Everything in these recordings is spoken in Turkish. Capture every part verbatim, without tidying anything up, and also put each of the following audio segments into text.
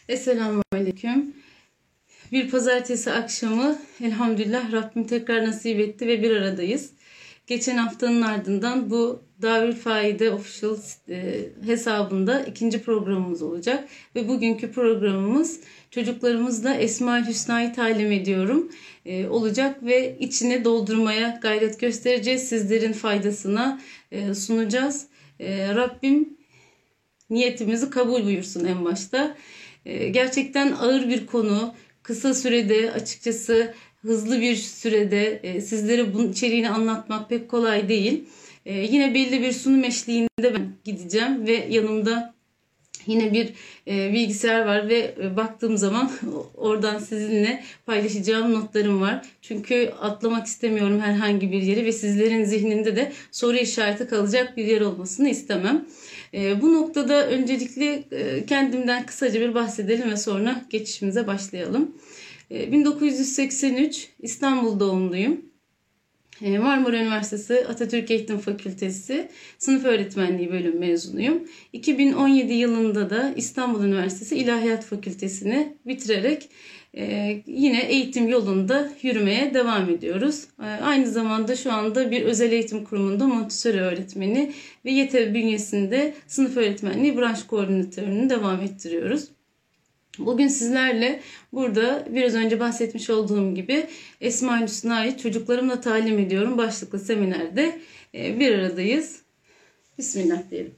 Esselamu Aleyküm. Bir pazartesi akşamı elhamdülillah Rabbim tekrar nasip etti ve bir aradayız. Geçen haftanın ardından bu Darülfaide Official e, hesabında ikinci programımız olacak. Ve bugünkü programımız çocuklarımızla Esma-ül Hüsna'yı talim ediyorum e, olacak ve içine doldurmaya gayret göstereceğiz. Sizlerin faydasına e, sunacağız. E, Rabbim niyetimizi kabul buyursun en başta. Gerçekten ağır bir konu. Kısa sürede, açıkçası hızlı bir sürede sizlere bunun içeriğini anlatmak pek kolay değil. Yine belli bir sunum eşliğinde ben gideceğim ve yanımda yine bir bilgisayar var ve baktığım zaman oradan sizinle paylaşacağım notlarım var. Çünkü atlamak istemiyorum herhangi bir yeri ve sizlerin zihninde de soru işareti kalacak bir yer olmasını istemem. Bu noktada öncelikle kendimden kısaca bir bahsedelim ve sonra geçişimize başlayalım. bin dokuz yüz seksen üç İstanbul doğumluyum. Marmara Üniversitesi Atatürk Eğitim Fakültesi Sınıf Öğretmenliği bölüm mezunuyum. iki bin on yedi yılında da İstanbul Üniversitesi İlahiyat Fakültesini bitirerek yine eğitim yolunda yürümeye devam ediyoruz. Aynı zamanda şu anda bir özel eğitim kurumunda Montessori öğretmeni ve YETEV bünyesinde sınıf öğretmenliği branş koordinatörünü devam ettiriyoruz. Bugün sizlerle burada biraz önce bahsetmiş olduğum gibi Esma-ül Hüsna'yı çocuklarımla talim ediyorum başlıklı seminerde bir aradayız. Bismillah diyelim.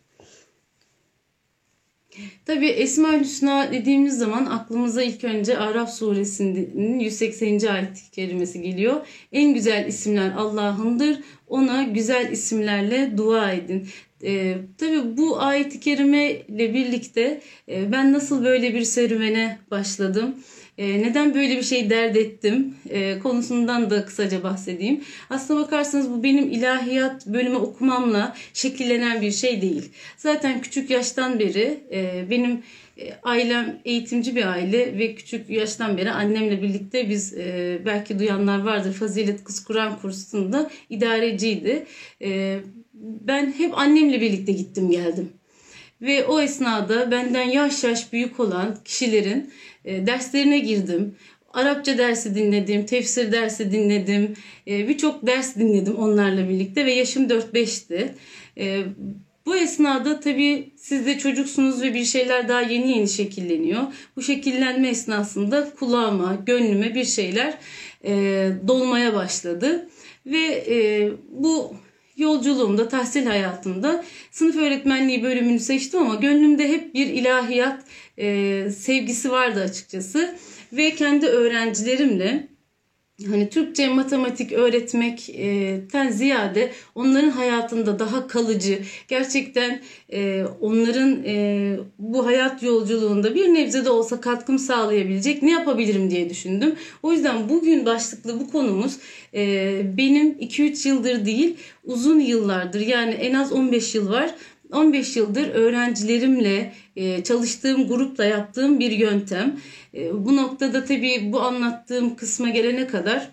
Tabii Esma-ül Hüsna dediğimiz zaman aklımıza ilk önce Araf suresinin yüz sekseninci ayet-i kerimesi geliyor. En güzel isimler Allah'ındır. Ona güzel isimlerle dua edin. Ee, tabii bu ayet-i kerime ile birlikte e, ben nasıl böyle bir serüvene başladım, e, neden böyle bir şey dert ettim e, konusundan da kısaca bahsedeyim. Aslına bakarsanız bu benim ilahiyat bölümü okumamla şekillenen bir şey değil. Zaten küçük yaştan beri e, benim e, ailem eğitimci bir aile ve küçük yaştan beri annemle birlikte biz e, belki duyanlar vardır, Fazilet Kız Kur'an kursunda idareciydi. E, Ben hep annemle birlikte gittim geldim. Ve o esnada benden yaş yaş büyük olan kişilerin e, derslerine girdim. Arapça dersi dinledim, tefsir dersi dinledim, e, birçok ders dinledim onlarla birlikte ve yaşım dört beşti. E, bu esnada tabii siz de çocuksunuz ve bir şeyler daha yeni yeni şekilleniyor. Bu şekillenme esnasında kulağıma, gönlüme bir şeyler e, dolmaya başladı. Ve e, bu yolculuğumda, tahsil hayatımda sınıf öğretmenliği bölümünü seçtim ama gönlümde hep bir ilahiyat e, sevgisi vardı açıkçası. Ve kendi öğrencilerimle hani Türkçe, matematik öğretmekten ziyade onların hayatında daha kalıcı, gerçekten e, onların e, bu hayat yolculuğunda bir nebze de olsa katkım sağlayabilecek ne yapabilirim diye düşündüm. O yüzden bugün başlıklı bu konumuz e, benim iki üç yıldır değil, uzun yıllardır, yani en az on beş yıl var. on beş yıldır öğrencilerimle, çalıştığım grupla yaptığım bir yöntem. Bu noktada tabii bu anlattığım kısma gelene kadar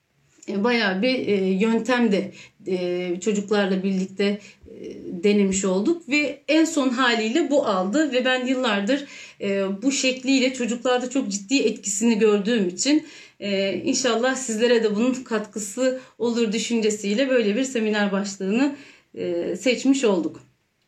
bayağı bir yöntem de çocuklarla birlikte denemiş olduk ve en son haliyle bu aldı ve ben yıllardır bu şekliyle çocuklarda çok ciddi etkisini gördüğüm için inşallah sizlere de bunun katkısı olur düşüncesiyle böyle bir seminer başlığını seçmiş olduk.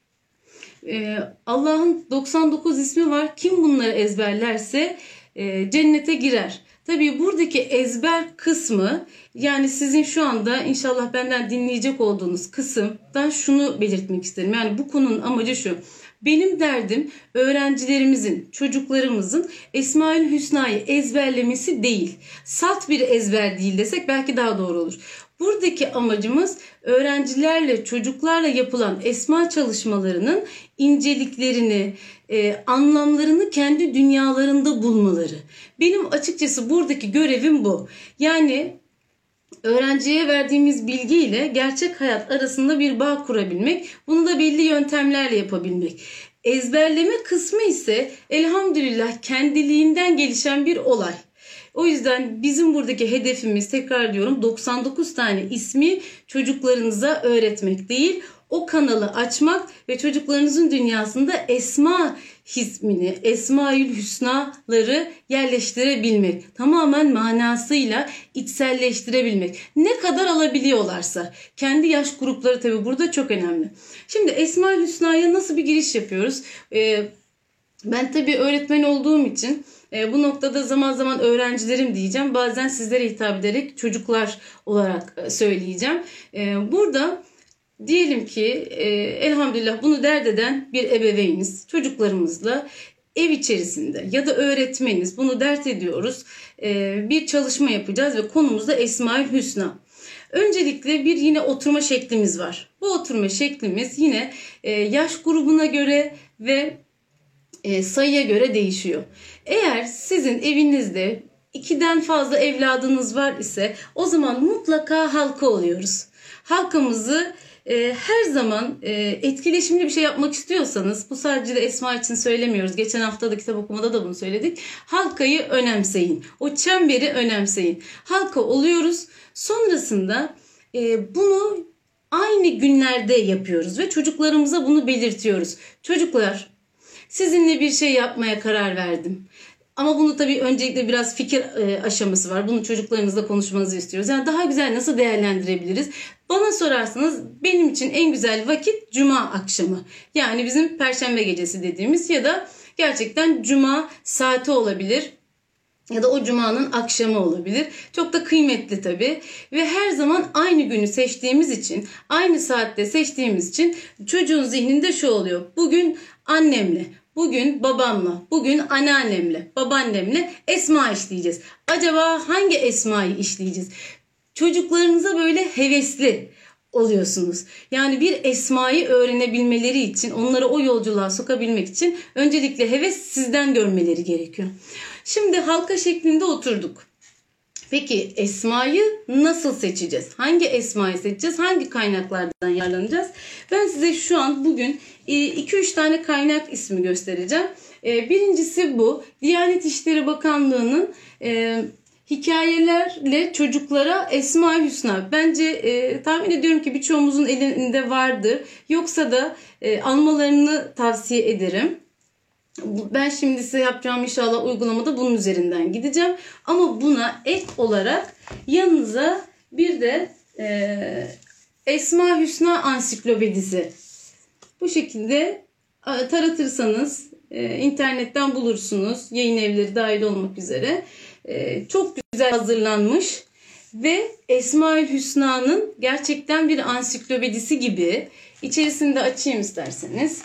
Allah'ın doksan dokuz ismi var. Kim bunları ezberlerse cennete girer. Tabii buradaki ezber kısmı, yani sizin şu anda inşallah benden dinleyecek olduğunuz kısımdan şunu belirtmek isterim. Yani bu konunun amacı şu. Benim derdim öğrencilerimizin, çocuklarımızın Esma-ül Hüsna'yı ezberlemesi değil. Salt bir ezber değil desek belki daha doğru olur. Buradaki amacımız öğrencilerle, çocuklarla yapılan esma çalışmalarının inceliklerini, e, anlamlarını kendi dünyalarında bulmaları. Benim açıkçası buradaki görevim bu. Yani öğrenciye verdiğimiz bilgiyle gerçek hayat arasında bir bağ kurabilmek, bunu da belli yöntemlerle yapabilmek. Ezberleme kısmı ise elhamdülillah kendiliğinden gelişen bir olay. O yüzden bizim buradaki hedefimiz, tekrar diyorum, doksan dokuz tane ismi çocuklarınıza öğretmek değil, o kanalı açmak ve çocuklarınızın dünyasında esma ismini, Esmaül Hüsnaları yerleştirebilmek. Tamamen manasıyla içselleştirebilmek. Ne kadar alabiliyorlarsa. Kendi yaş grupları tabii burada çok önemli. Şimdi Esmaül Hüsna'ya nasıl bir giriş yapıyoruz? Ee, ben tabii öğretmen olduğum için e, bu noktada zaman zaman öğrencilerim diyeceğim. Bazen sizlere hitap ederek çocuklar olarak e, söyleyeceğim. E, burada diyelim ki e, elhamdülillah bunu dert eden bir ebeveyniniz çocuklarımızla ev içerisinde ya da öğretmeniz bunu dert ediyoruz. E, bir çalışma yapacağız ve konumuz da Esmaül Hüsna. Öncelikle bir yine oturma şeklimiz var. Bu oturma şeklimiz yine e, yaş grubuna göre ve e, sayıya göre değişiyor. Eğer sizin evinizde ikiden fazla evladınız var ise o zaman mutlaka halka oluyoruz. Halkamızı e, her zaman e, etkileşimli bir şey yapmak istiyorsanız, bu sadece de Esma için söylemiyoruz. Geçen hafta da kitap okumada da bunu söyledik. Halkayı önemseyin. O çemberi önemseyin. Halka oluyoruz. Sonrasında e, bunu aynı günlerde yapıyoruz ve çocuklarımıza bunu belirtiyoruz. Çocuklar, sizinle bir şey yapmaya karar verdim. Ama bunu tabii öncelikle biraz fikir e, aşaması var. Bunu çocuklarınızla konuşmanızı istiyoruz. Yani daha güzel nasıl değerlendirebiliriz? Bana sorarsanız benim için en güzel vakit cuma akşamı. Yani bizim perşembe gecesi dediğimiz ya da gerçekten cuma saati olabilir. Ya da o cumanın akşamı olabilir. Çok da kıymetli tabii. Ve her zaman aynı günü seçtiğimiz için, aynı saatte seçtiğimiz için çocuğun zihninde şu oluyor. Bugün annemle, bugün babamla, bugün anneannemle, babaannemle Esma işleyeceğiz. Acaba hangi Esma'yı işleyeceğiz? Çocuklarınıza böyle hevesli oluyorsunuz. Yani bir Esma'yı öğrenebilmeleri için, onları o yolculuğa sokabilmek için öncelikle heves sizden görmeleri gerekiyor. Şimdi halka şeklinde oturduk. Peki Esma'yı nasıl seçeceğiz? Hangi Esma'yı seçeceğiz? Hangi kaynaklardan yararlanacağız? Ben size şu an bugün iki üç tane kaynak ismi göstereceğim. Birincisi bu. Diyanet İşleri Bakanlığı'nın hikayelerle çocuklara Esma-i Hüsna. Bence e, tahmin ediyorum ki birçoğumuzun elinde vardır. Yoksa da e, almalarını tavsiye ederim. Ben şimdi size yapacağım inşallah uygulamada bunun üzerinden gideceğim. Ama buna ek olarak yanınıza bir de e, Esma Hüsna Ansiklopedisi. Bu şekilde taratırsanız e, internetten bulursunuz. Yayın evleri dahil olmak üzere. E, çok güzel hazırlanmış ve Esma-ül Hüsna'nın gerçekten bir ansiklopedisi gibi. İçerisinde açayım isterseniz.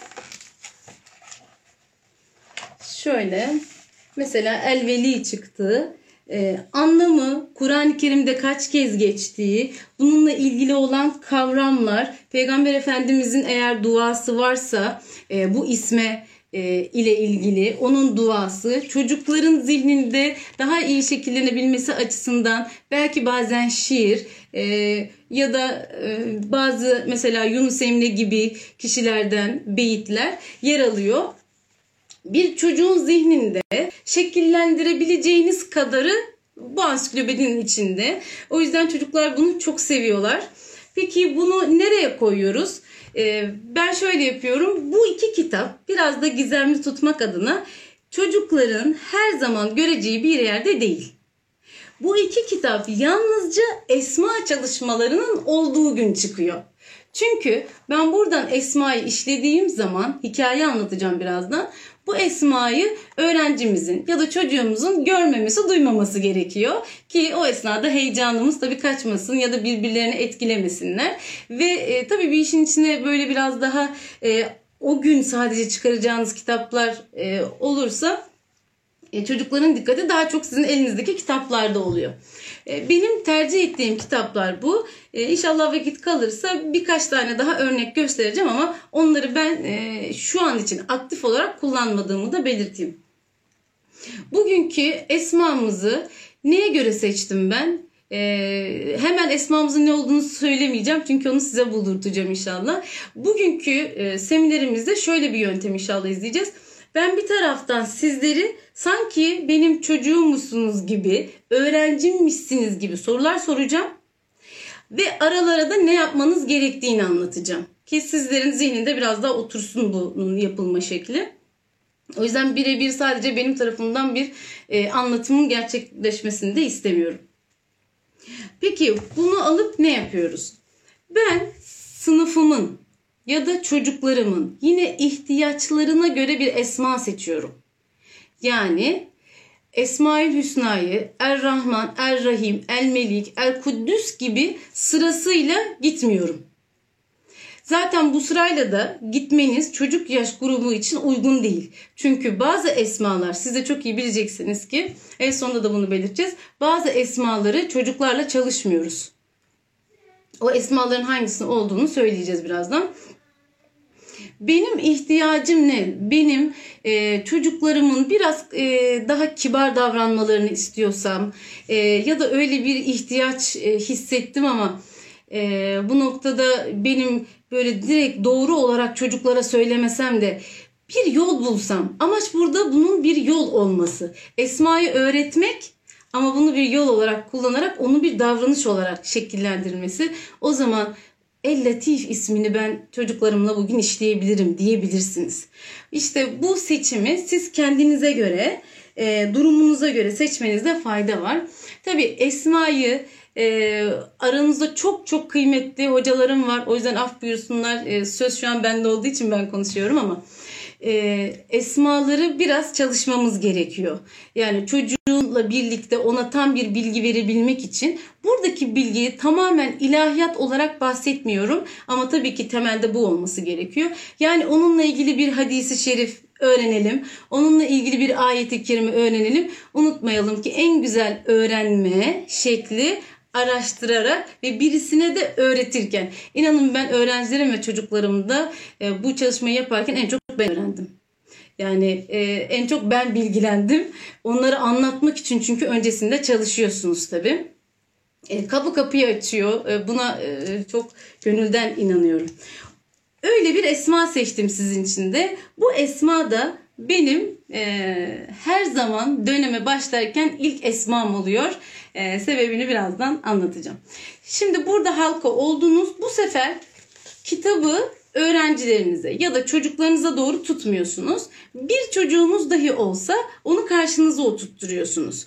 Şöyle mesela El-Veli çıktı. Ee, anlamı, Kur'an-ı Kerim'de kaç kez geçtiği, bununla ilgili olan kavramlar, Peygamber Efendimizin eğer duası varsa e, bu isme e, ile ilgili onun duası, çocukların zihninde daha iyi şekillenebilmesi açısından belki bazen şiir e, ya da e, bazı mesela Yunus Emre gibi kişilerden beyitler yer alıyor. Bir çocuğun zihninde şekillendirebileceğiniz kadarı bu ansiklopedinin içinde. O yüzden çocuklar bunu çok seviyorlar. Peki bunu nereye koyuyoruz? Ee, ben şöyle yapıyorum. Bu iki kitap biraz da gizemli tutmak adına çocukların her zaman göreceği bir yerde değil. Bu iki kitap yalnızca Esma çalışmalarının olduğu gün çıkıyor. Çünkü ben buradan Esma'yı işlediğim zaman, hikaye anlatacağım birazdan, bu Esma'yı öğrencimizin ya da çocuğumuzun görmemesi, duymaması gerekiyor. Ki o esnada heyecanımız tabii kaçmasın ya da birbirlerini etkilemesinler. Ve e, tabii bir işin içine böyle biraz daha e, o gün sadece çıkaracağınız kitaplar e, olursa e, çocukların dikkati daha çok sizin elinizdeki kitaplarda oluyor. E, benim tercih ettiğim kitaplar bu. E, İnşallah vakit kalırsa birkaç tane daha örnek göstereceğim ama onları ben e, şu an için aktif olarak kullanmadığımı da belirteyim. Bugünkü esmamızı neye göre seçtim ben? Ee, hemen esmamızın ne olduğunu söylemeyeceğim çünkü onu size buldurtacağım inşallah. Bugünkü e, seminerimizde şöyle bir yöntem inşallah izleyeceğiz. Ben bir taraftan sizleri sanki benim çocuğummuşsunuz gibi, öğrencimmişsiniz gibi sorular soracağım. Ve aralara da ne yapmanız gerektiğini anlatacağım. Ki sizlerin zihninde biraz daha otursun bunun yapılma şekli. O yüzden birebir sadece benim tarafımdan bir e, anlatımın gerçekleşmesini de istemiyorum. Peki bunu alıp ne yapıyoruz? Ben sınıfımın ya da çocuklarımın yine ihtiyaçlarına göre bir esma seçiyorum. Yani Esma-ül Hüsna'yı Er-Rahman, Er-Rahim, El-Melik, El-Kuddüs gibi sırasıyla gitmiyorum. Zaten bu sırayla da gitmeniz çocuk yaş grubu için uygun değil. Çünkü bazı esmalar, siz de çok iyi bileceksiniz ki en sonunda da bunu belirteceğiz. Bazı esmaları çocuklarla çalışmıyoruz. O esmaların hangisinin olduğunu söyleyeceğiz birazdan. Benim ihtiyacım ne? Benim e, çocuklarımın biraz e, daha kibar davranmalarını istiyorsam e, ya da öyle bir ihtiyaç e, hissettim ama e, bu noktada benim böyle direkt doğru olarak çocuklara söylemesem de bir yol bulsam. Amaç burada bunun bir yol olması. Esma'yı öğretmek ama bunu bir yol olarak kullanarak onu bir davranış olarak şekillendirilmesi. O zaman El-Latif ismini ben çocuklarımla bugün işleyebilirim diyebilirsiniz. İşte bu seçimi siz kendinize göre, e, durumunuza göre seçmenizde fayda var. Tabii Esma'yı e, aranızda çok çok kıymetli hocalarım var. O yüzden af buyursunlar. E, söz şu an bende olduğu için ben konuşuyorum ama e, esmaları biraz çalışmamız gerekiyor. Yani çocuğunla birlikte ona tam bir bilgi verebilmek için buradaki bilgiyi tamamen ilahiyat olarak bahsetmiyorum ama tabii ki temelde bu olması gerekiyor. Yani onunla ilgili bir hadisi şerif öğrenelim. Onunla ilgili bir ayet-i kerime öğrenelim. Unutmayalım ki en güzel öğrenme şekli araştırarak ve birisine de öğretirken. İnanın ben öğrencilerim ve çocuklarımda e, bu çalışmayı yaparken en çok ben öğrendim. Yani e, en çok ben bilgilendim. Onları anlatmak için çünkü öncesinde çalışıyorsunuz tabii. E, kapı kapıyı açıyor. E, buna e, çok gönülden inanıyorum. Öyle bir esma seçtim sizin için de. Bu esma da benim e, her zaman döneme başlarken ilk esmam oluyor. E, sebebini birazdan anlatacağım. Şimdi burada halka oldunuz. Bu sefer kitabı öğrencilerinize ya da çocuklarınıza doğru tutmuyorsunuz. Bir çocuğunuz dahi olsa onu karşınıza oturtturuyorsunuz.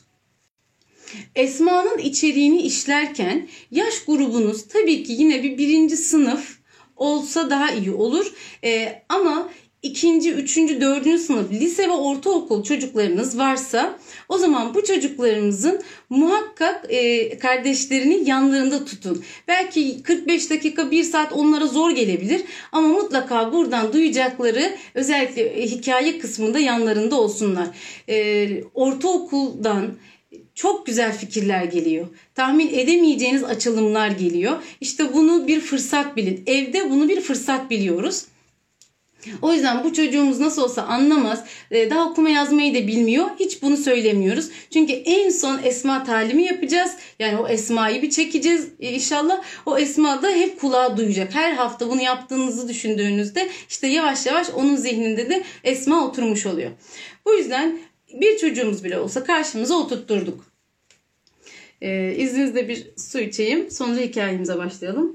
Esmanın içeriğini işlerken yaş grubunuz tabii ki yine bir birinci sınıf olsa daha iyi olur. Ee, ama ikinci, üçüncü, dördüncü sınıf lise ve ortaokul çocuklarınız varsa o zaman bu çocuklarımızın muhakkak e, kardeşlerini yanlarında tutun. Belki kırk beş dakika, bir saat onlara zor gelebilir ama mutlaka buradan duyacakları özellikle hikaye kısmında yanlarında olsunlar. E, ortaokuldan çok güzel fikirler geliyor. Tahmin edemeyeceğiniz açılımlar geliyor. İşte bunu bir fırsat bilin. Evde bunu bir fırsat biliyoruz. O yüzden bu çocuğumuz nasıl olsa anlamaz. Daha okuma yazmayı da bilmiyor. Hiç bunu söylemiyoruz. Çünkü en son esma talimi yapacağız. Yani o esmayı bir çekeceğiz inşallah. O esma da hep kulağa duyacak. Her hafta bunu yaptığınızı düşündüğünüzde işte yavaş yavaş onun zihninde de esma oturmuş oluyor. Bu yüzden bir çocuğumuz bile olsa karşımıza oturtturduk. Ee, izninizle bir su içeyim. Sonra hikayemize başlayalım.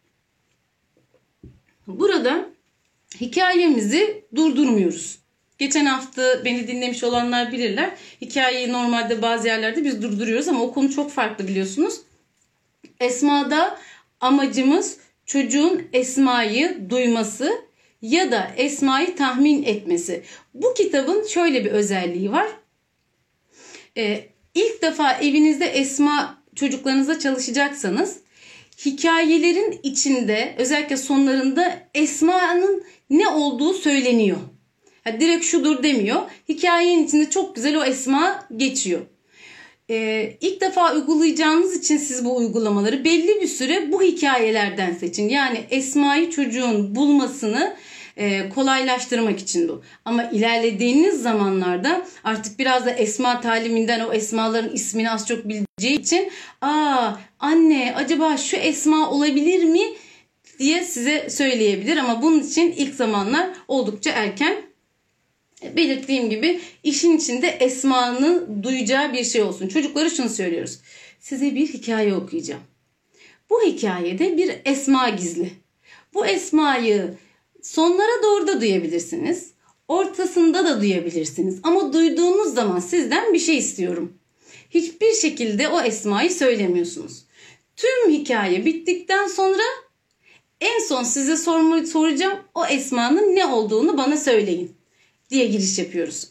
Burada hikayemizi durdurmuyoruz. Geçen hafta beni dinlemiş olanlar bilirler. Hikayeyi normalde bazı yerlerde biz durduruyoruz ama o konu çok farklı biliyorsunuz. Esmada amacımız çocuğun esmayı duyması ya da esmayı tahmin etmesi. Bu kitabın şöyle bir özelliği var. Ee, ilk defa evinizde esma çocuklarınıza çalışacaksanız hikayelerin içinde özellikle sonlarında esmanın ne olduğu söyleniyor. Yani direkt şudur demiyor. Hikayenin içinde çok güzel o esma geçiyor. Ee, ilk defa uygulayacağınız için siz bu uygulamaları belli bir süre bu hikayelerden seçin. Yani esmayı çocuğun bulmasını e, kolaylaştırmak için bu. Ama ilerlediğiniz zamanlarda artık biraz da esma taliminden o esmaların ismini az çok bileceği için aa anne acaba şu esma olabilir mi diye size söyleyebilir. Ama bunun için ilk zamanlar oldukça erken. Belirttiğim gibi işin içinde esmanın duyacağı bir şey olsun. Çocuklara şunu söylüyoruz. Size bir hikaye okuyacağım. Bu hikayede bir esma gizli. Bu esmayı sonlara doğru da duyabilirsiniz. ortasında da duyabilirsiniz. Ama duyduğunuz zaman sizden bir şey istiyorum. Hiçbir şekilde o esmayı söylemiyorsunuz. Tüm hikaye bittikten sonra en son size sorma, soracağım o esmanın ne olduğunu bana söyleyin diye giriş yapıyoruz.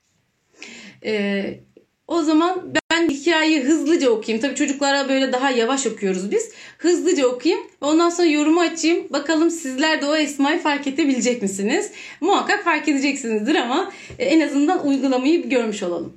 Ee, o zaman ben hikayeyi hızlıca okuyayım. Tabii çocuklara böyle daha yavaş okuyoruz biz. Hızlıca okuyayım. Ondan sonra yorumu açayım. Bakalım sizler de o esmayı fark edebilecek misiniz? Muhakkak fark edeceksinizdir ama en azından uygulamayı görmüş olalım.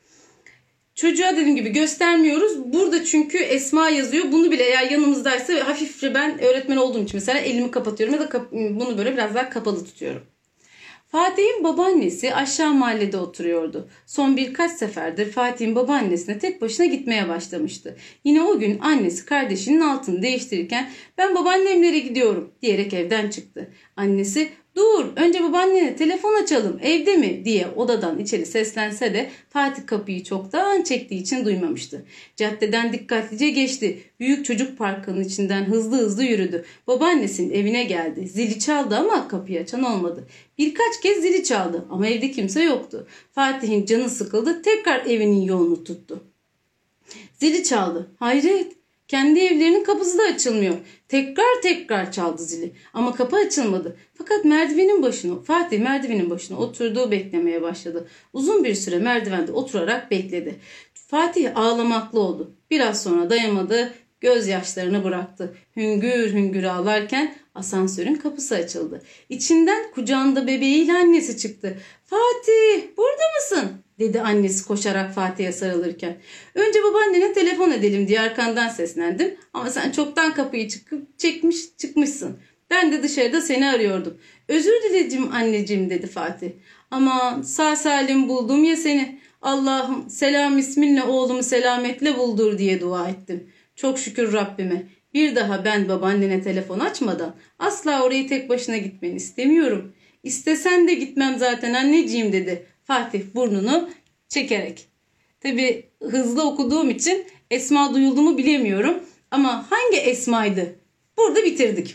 Çocuğa dediğim gibi göstermiyoruz. Burada çünkü esma yazıyor. Bunu bile eğer yanımızdaysa hafifçe, ben öğretmen olduğum için mesela elimi kapatıyorum ya da bunu böyle biraz daha kapalı tutuyorum. Fatih'in babaannesi aşağı mahallede oturuyordu. Son birkaç seferdir Fatih'in babaannesine tek başına gitmeye başlamıştı. Yine o gün annesi kardeşinin altını değiştirirken "Ben babaannemlere gidiyorum" diyerek evden çıktı. Annesi "Dur, önce babaannene telefon açalım, evde mi?" diye odadan içeri seslense de Fatih kapıyı çoktan çektiği için duymamıştı. Caddeden dikkatlice geçti. Büyük çocuk parkının içinden hızlı hızlı yürüdü. Babaannesinin evine geldi. Zili çaldı ama kapıyı açan olmadı. Birkaç kez zili çaldı ama evde kimse yoktu. Fatih'in canı sıkıldı. Tekrar evinin yolunu tuttu. Zili çaldı. Hayret! Kendi evlerinin kapısı da açılmıyor. Tekrar tekrar çaldı zili ama kapı açılmadı. Fakat merdivenin başına, Fatih merdivenin başına oturduğu beklemeye başladı. Uzun bir süre merdivende oturarak bekledi. Fatih ağlamaklı oldu. Biraz sonra dayanamadı, gözyaşlarını bıraktı. Hüngür hüngür ağlarken asansörün kapısı açıldı. İçinden kucağında bebeğiyle annesi çıktı. "Fatih, burada mısın?" dedi annesi koşarak Fatih'e sarılırken. "Önce babaannene telefon edelim" diye arkandan seslendim. "Ama sen çoktan kapıyı çıkıp çekmiş çıkmışsın. Ben de dışarıda seni arıyordum." "Özür dilerim anneciğim" dedi Fatih. "Ama sağ salim buldum ya seni. Allah'ım Selam isminle oğlumu selametle buldur" diye dua ettim. "Çok şükür Rabbime. Bir daha ben babaannene telefon açmadan asla oraya tek başına gitmeni istemiyorum." "İstesen de gitmem zaten anneciğim" dedi Fatih burnunu çekerek. Tabi hızlı okuduğum için esma duyuldu mu bilemiyorum. Ama hangi esmaydı? Burada bitirdik.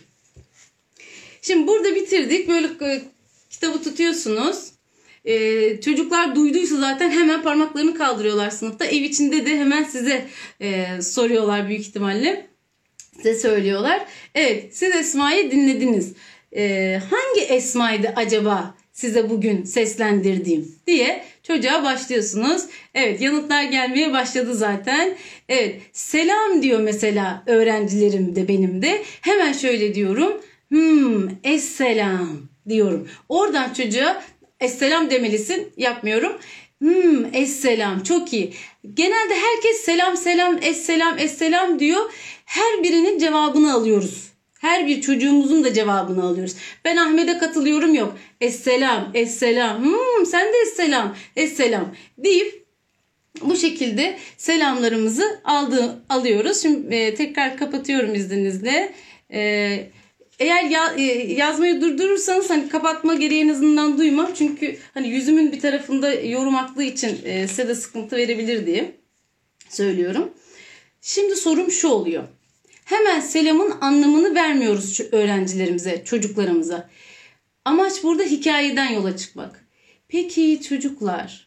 Şimdi burada bitirdik. Böyle e, kitabı tutuyorsunuz. E, çocuklar duyduysa zaten hemen parmaklarını kaldırıyorlar sınıfta. Ev içinde de hemen size e, soruyorlar büyük ihtimalle. Size söylüyorlar. Evet, siz esmayı dinlediniz. E, hangi esmaydı acaba size bugün seslendirdiğim diye çocuğa başlıyorsunuz. Evet, yanıtlar gelmeye başladı zaten. Evet, selam diyor mesela öğrencilerim de benim de. Hemen şöyle diyorum. Hmm, esselam diyorum. Oradan çocuğa esselam demelisin. Yapmıyorum. Hmm, esselam, çok iyi. Genelde herkes selam selam esselam esselam diyor. Her birinin cevabını alıyoruz. Her bir çocuğumuzun da cevabını alıyoruz. Ben Ahmet'e katılıyorum yok. Esselam, esselam, hmm, sen de esselam, esselam deyip bu şekilde selamlarımızı aldı, alıyoruz. Şimdi e, tekrar kapatıyorum izninizle. E, eğer ya, e, yazmayı durdurursanız hani kapatma gereği en azından duymam. Çünkü hani yüzümün bir tarafında yorum aktığı için e, size de sıkıntı verebilir diye söylüyorum. Şimdi sorum şu oluyor. Hemen selamın anlamını vermiyoruz öğrencilerimize, çocuklarımıza. Amaç burada hikayeden yola çıkmak. Peki çocuklar,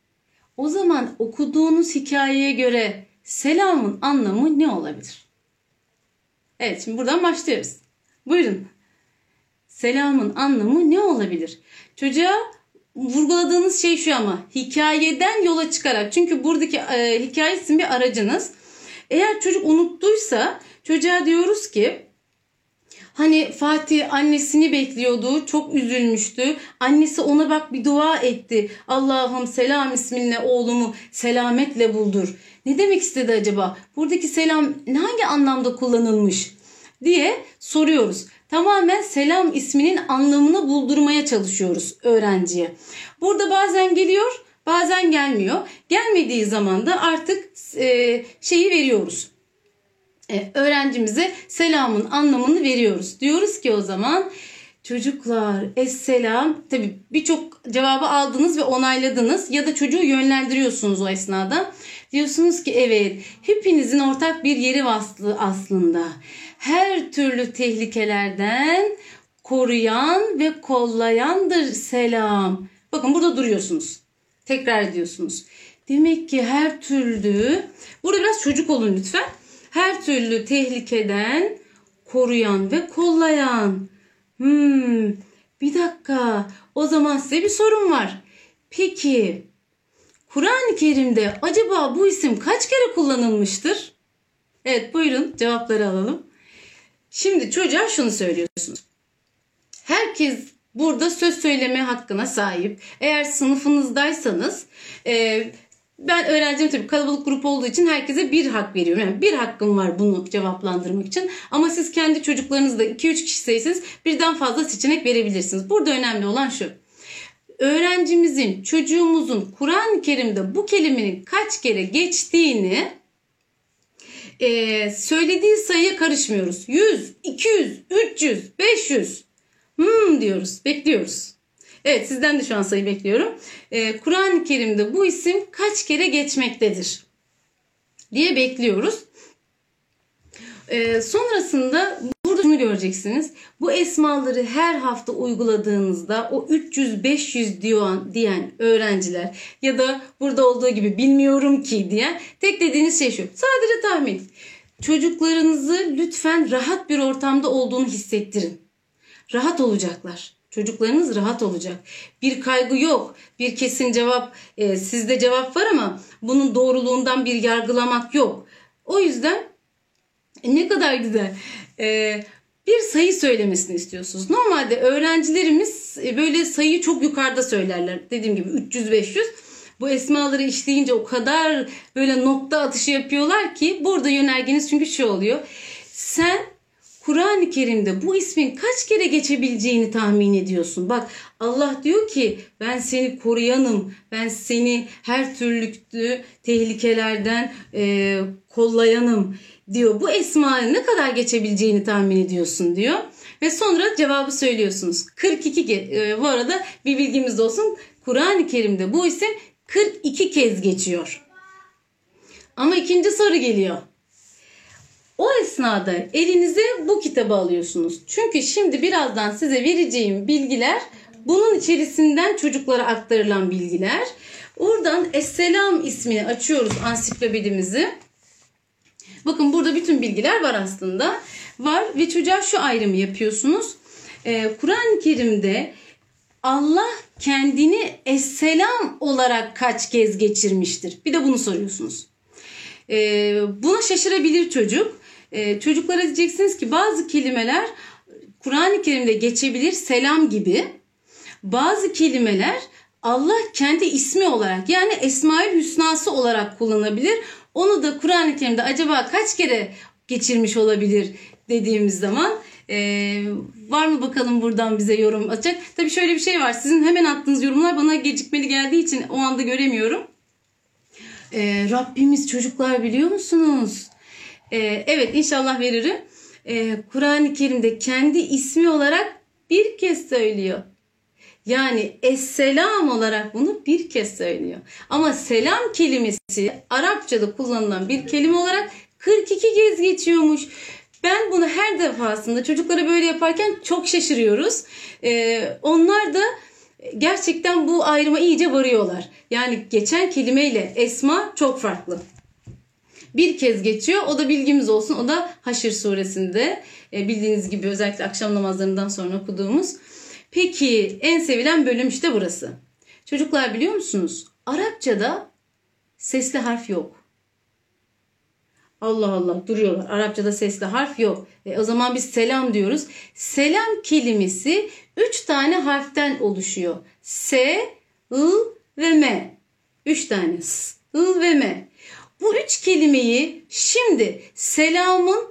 o zaman okuduğunuz hikayeye göre selamın anlamı ne olabilir? Evet, şimdi buradan başlıyoruz. Buyurun. Selamın anlamı ne olabilir? Çocuğa vurguladığınız şey şu ama hikayeden yola çıkarak. Çünkü buradaki e, hikaye sizin bir aracınız. Eğer çocuk unuttuysa çocuğa diyoruz ki hani Fatih annesini bekliyordu, çok üzülmüştü. Annesi ona bak bir dua etti. Allah'ım Selam isminle oğlumu selametle buldur. Ne demek istedi acaba? Buradaki selam hangi anlamda kullanılmış diye soruyoruz. Tamamen selam isminin anlamını buldurmaya çalışıyoruz öğrenciye. Burada bazen geliyor, bazen gelmiyor. Gelmediği zaman da artık e, şeyi veriyoruz. E, öğrencimize selamın anlamını veriyoruz. Diyoruz ki o zaman çocuklar esselam, tabii birçok cevabı aldınız ve onayladınız ya da çocuğu yönlendiriyorsunuz o esnada. Diyorsunuz ki evet, hepinizin ortak bir yeri vaslı aslında. Her türlü tehlikelerden koruyan ve kollayandır selam. Bakın burada duruyorsunuz. Tekrar ediyorsunuz. Demek ki her türlü, burada biraz çocuk olun lütfen. Her türlü tehlikeden koruyan ve kollayan. Hmm, bir dakika. O zaman size bir sorum var. Peki Kur'an-ı Kerim'de acaba bu isim kaç kere kullanılmıştır? Evet, buyurun cevapları alalım. Şimdi çocuğa şunu söylüyorsunuz. Herkes burada söz söyleme hakkına sahip. Eğer sınıfınızdaysanız e, ben öğrencim tabii kalabalık grup olduğu için herkese bir hak veriyorum. Yani bir hakkım var bunu cevaplandırmak için. Ama siz kendi çocuklarınızda iki üç kişiyseniz birden fazla seçenek verebilirsiniz. Burada önemli olan şu. Öğrencimizin, çocuğumuzun Kur'an-ı Kerim'de bu kelimenin kaç kere geçtiğini e, söylediği sayıya karışmıyoruz. yüz, iki yüz, üç yüz, beş yüz hmm diyoruz, bekliyoruz. Evet, sizden de şu an sayı bekliyorum. Ee, Kur'an-ı Kerim'de bu isim kaç kere geçmektedir diye bekliyoruz. Ee, sonrasında burada şunu göreceksiniz. Bu esmaları her hafta uyguladığınızda o üç yüz beş yüz diyen, diyen öğrenciler ya da burada olduğu gibi bilmiyorum ki diyen tek dediğiniz şey şu. Sadece tahmin. Çocuklarınızı lütfen rahat bir ortamda olduğunu hissettirin. Rahat olacaklar. Çocuklarınız rahat olacak. Bir kaygı yok. Bir kesin cevap, e, sizde cevap var ama bunun doğruluğundan bir yargılamak yok. O yüzden e, ne kadar güzel. E, bir sayı söylemesini istiyorsunuz. Normalde öğrencilerimiz e, böyle sayıyı çok yukarıda söylerler. Dediğim gibi üç yüz beş yüz. Bu esmaları işleyince o kadar böyle nokta atışı yapıyorlar ki burada yönergeniz çünkü şu oluyor. Sen Kur'an-ı Kerim'de bu ismin kaç kere geçebileceğini tahmin ediyorsun. Bak Allah diyor ki ben seni koruyanım. Ben seni her türlü tehlikelerden e, kollayanım diyor. Bu esmanın ne kadar geçebileceğini tahmin ediyorsun diyor. Ve sonra cevabı söylüyorsunuz. kırk iki e, bu arada bir bilgimiz olsun. Kur'an-ı Kerim'de bu isim kırk iki kez geçiyor. Ama ikinci soru geliyor. O esnada elinize bu kitabı alıyorsunuz. Çünkü şimdi birazdan size vereceğim bilgiler bunun içerisinden çocuklara aktarılan bilgiler. Oradan Es-Selam ismini açıyoruz ansiklopedimizi. Bakın burada bütün bilgiler var aslında. Var ve çocuğa şu ayrımı yapıyorsunuz. Ee, Kur'an-ı Kerim'de Allah kendini Es-Selam olarak kaç kez geçirmiştir? Bir de bunu soruyorsunuz. Ee, buna şaşırabilir çocuk. Ee, çocuklara diyeceksiniz ki bazı kelimeler Kur'an-ı Kerim'de geçebilir, selam gibi. Bazı kelimeler Allah kendi ismi olarak yani Esma-ül Hüsna'sı olarak kullanabilir. Onu da Kur'an-ı Kerim'de acaba kaç kere geçirmiş olabilir dediğimiz zaman e, var mı bakalım buradan bize yorum atacak. Tabii şöyle bir şey var. Sizin hemen attığınız yorumlar bana gecikmeli geldiği için o anda göremiyorum. E, Rabbimiz çocuklar biliyor musunuz? Ee, evet inşallah veririm. Ee, Kur'an-ı Kerim'de kendi ismi olarak bir kez söylüyor. Yani Es-Selam olarak bunu bir kez söylüyor. Ama selam kelimesi Arapçada kullanılan bir kelime olarak kırk iki kez geçiyormuş. Ben bunu her defasında çocuklara böyle yaparken çok şaşırıyoruz. Ee, onlar da gerçekten bu ayrıma iyice varıyorlar. Yani geçen kelimeyle esma çok farklı. Bir kez geçiyor. O da bilgimiz olsun. O da Haşr suresinde e, bildiğiniz gibi özellikle akşam namazlarından sonra okuduğumuz. Peki en sevilen bölüm işte burası. Çocuklar biliyor musunuz? Arapçada sesli harf yok. Allah Allah duruyorlar. Arapçada sesli harf yok. E, o zaman biz selam diyoruz. Selam kelimesi üç tane harften oluşuyor. S, I ve M. Üç tane. S, I ve M. Bu üç kelimeyi şimdi selamın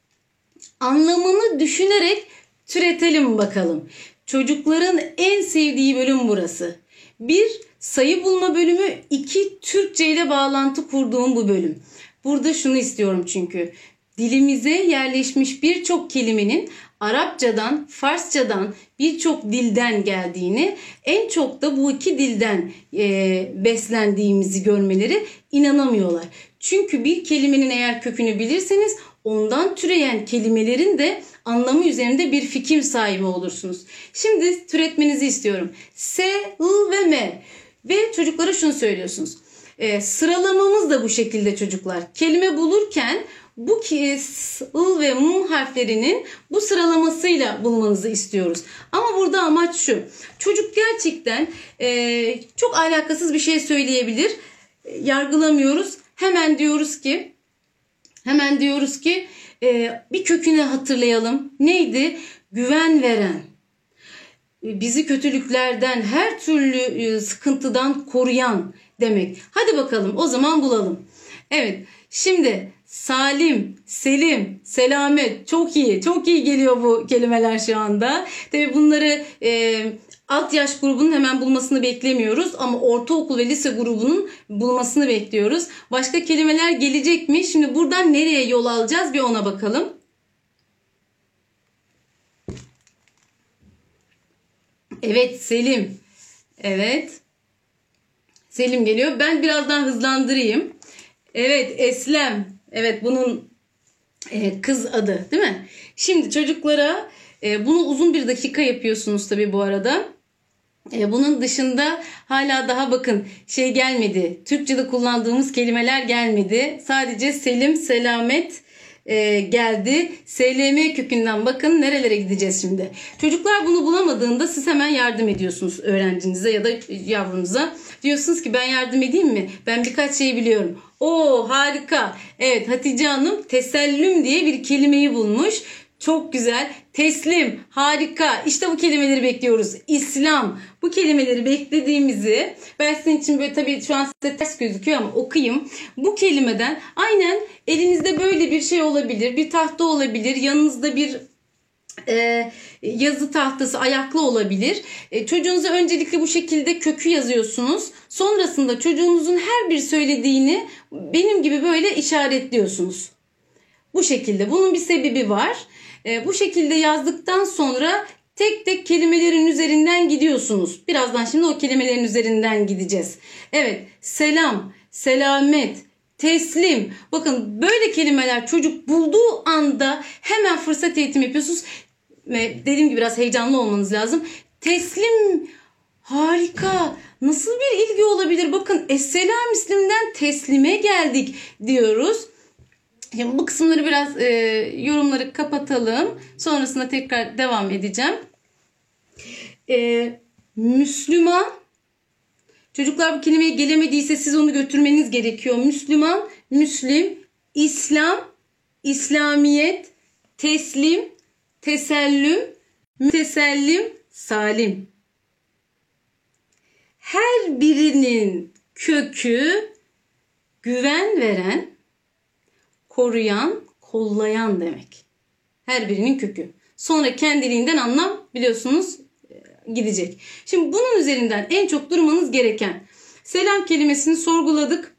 anlamını düşünerek türetelim bakalım. Çocukların en sevdiği bölüm burası. Bir, sayı bulma bölümü. iki Türkçe ile bağlantı kurduğum bu bölüm. Burada şunu istiyorum çünkü. Dilimize yerleşmiş birçok kelimenin Arapçadan, Farsçadan, birçok dilden geldiğini, en çok da bu iki dilden e, beslendiğimizi görmeleri inanamıyorlar. Çünkü bir kelimenin eğer kökünü bilirseniz ondan türeyen kelimelerin de anlamı üzerinde bir fikir sahibi olursunuz. Şimdi türetmenizi istiyorum. S, L ve M. Ve çocuklara şunu söylüyorsunuz. E, sıralamamız da bu şekilde çocuklar. Kelime bulurken bu ki S, L ve M harflerinin bu sıralamasıyla bulmanızı istiyoruz. Ama burada amaç şu. Çocuk gerçekten e, çok alakasız bir şey söyleyebilir. E, yargılamıyoruz. Hemen diyoruz ki hemen diyoruz ki e, bir kökünü hatırlayalım. Neydi? Güven veren. Bizi kötülüklerden, her türlü sıkıntıdan koruyan demek. Hadi bakalım o zaman bulalım. Evet, şimdi salim, selim, selamet, çok iyi, çok iyi geliyor bu kelimeler şu anda. Tabii bunları e, alt yaş grubunun hemen bulmasını beklemiyoruz ama ortaokul ve lise grubunun bulmasını bekliyoruz. Başka kelimeler gelecek mi? Şimdi buradan nereye yol alacağız bir ona bakalım. Evet, Selim. Evet. Selim geliyor. Ben birazdan hızlandırayım. Evet, Eslem. Evet, bunun e, kız adı, değil mi? Şimdi çocuklara e, bunu uzun bir dakika yapıyorsunuz tabii bu arada. E, bunun dışında hala daha bakın şey gelmedi. Türkçe'de kullandığımız kelimeler gelmedi. Sadece Selim, Selamet e, geldi. S L M kökünden bakın nerelere gideceğiz şimdi. Çocuklar bunu bulamadığında siz hemen yardım ediyorsunuz öğrencinize ya da yavrunuza. Diyorsunuz ki ben yardım edeyim mi? Ben birkaç şey biliyorum. Oo, harika. Evet, Hatice Hanım tesellüm diye bir kelimeyi bulmuş. Çok güzel. Teslim. Harika. İşte bu kelimeleri bekliyoruz. İslam. Bu kelimeleri beklediğimizi ben sizin için böyle tabii şu an size ters gözüküyor ama okuyayım. Bu kelimeden aynen elinizde böyle bir şey olabilir. Bir tahta olabilir. Yanınızda bir e, yazı tahtası ayaklı olabilir. E, çocuğunuza öncelikle bu şekilde kökü yazıyorsunuz. Sonrasında çocuğunuzun her bir söylediğini benim gibi böyle işaretliyorsunuz. Bu şekilde. Bunun bir sebebi var. E, bu şekilde yazdıktan sonra tek tek kelimelerin üzerinden gidiyorsunuz. Birazdan şimdi o kelimelerin üzerinden gideceğiz. Evet, selam, selamet, teslim. Bakın böyle kelimeler çocuk bulduğu anda hemen fırsat eğitim yapıyorsunuz. Ve dediğim gibi biraz heyecanlı olmanız lazım. Teslim, harika. Nasıl bir ilgi olabilir? Bakın Esselam isminden teslime geldik diyoruz. Şimdi bu kısımları biraz e, yorumları kapatalım. Sonrasında tekrar devam edeceğim. E, Müslüman. Çocuklar bu kelimeye gelemediyse siz onu götürmeniz gerekiyor. Müslüman, Müslim, İslam, İslamiyet, teslim, tesellüm, mütesellim, salim. Her birinin kökü güven veren, koruyan, kollayan demek. Her birinin kökü. Sonra kendiliğinden anlam biliyorsunuz gidecek. Şimdi bunun üzerinden en çok durmanız gereken selam kelimesini sorguladık.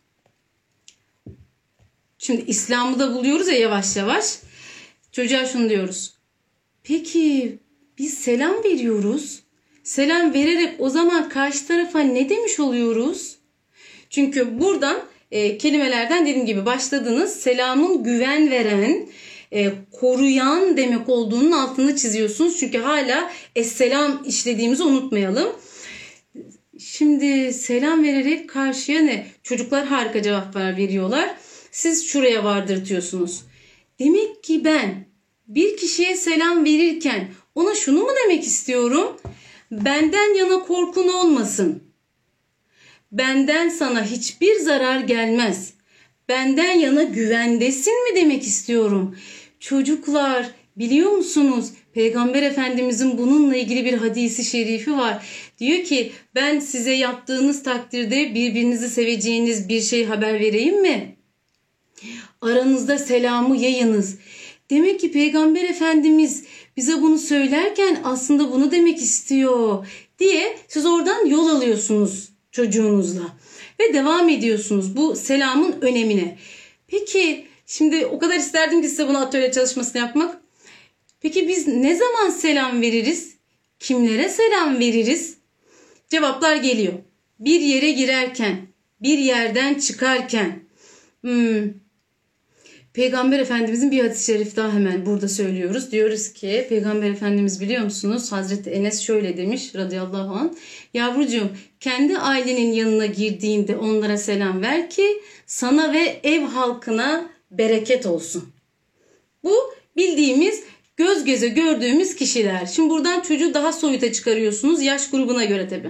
Şimdi İslam'ı da buluyoruz ya yavaş yavaş. Çocuğa şunu diyoruz. Peki biz selam veriyoruz. Selam vererek o zaman karşı tarafa ne demiş oluyoruz? Çünkü buradan e, kelimelerden dediğim gibi başladınız. Selamın güven veren, e, koruyan demek olduğunun altını çiziyorsunuz. Çünkü hala esselam işlediğimizi unutmayalım. Şimdi selam vererek karşıya ne? Çocuklar harika cevaplar veriyorlar. Siz şuraya vardırtıyorsunuz. Demek ki ben bir kişiye selam verirken ona şunu mu demek istiyorum? Benden yana korkun olmasın. Benden sana hiçbir zarar gelmez. Benden yana güvendesin mi demek istiyorum. Çocuklar biliyor musunuz? Peygamber Efendimizin bununla ilgili bir hadisi şerifi var. Diyor ki ben size yaptığınız takdirde birbirinizi seveceğiniz bir şey haber vereyim mi? Aranızda selamı yayınız. Demek ki Peygamber Efendimiz bize bunu söylerken aslında bunu demek istiyor diye siz oradan yol alıyorsunuz çocuğunuzla ve devam ediyorsunuz bu selamın önemine. Peki şimdi o kadar isterdim ki size bunu atölye çalışmasını yapmak. Peki biz ne zaman selam veririz? Kimlere selam veririz? Cevaplar geliyor. Bir yere girerken, bir yerden çıkarken, hmm, Peygamber Efendimizin bir hadis-i şerif daha hemen burada söylüyoruz. Diyoruz ki Peygamber Efendimiz biliyor musunuz? Hazreti Enes şöyle demiş radıyallahu anh. Yavrucuğum kendi ailenin yanına girdiğinde onlara selam ver ki sana ve ev halkına bereket olsun. Bu bildiğimiz göz göze gördüğümüz kişiler. Şimdi buradan çocuğu daha soyuta çıkarıyorsunuz yaş grubuna göre tabii.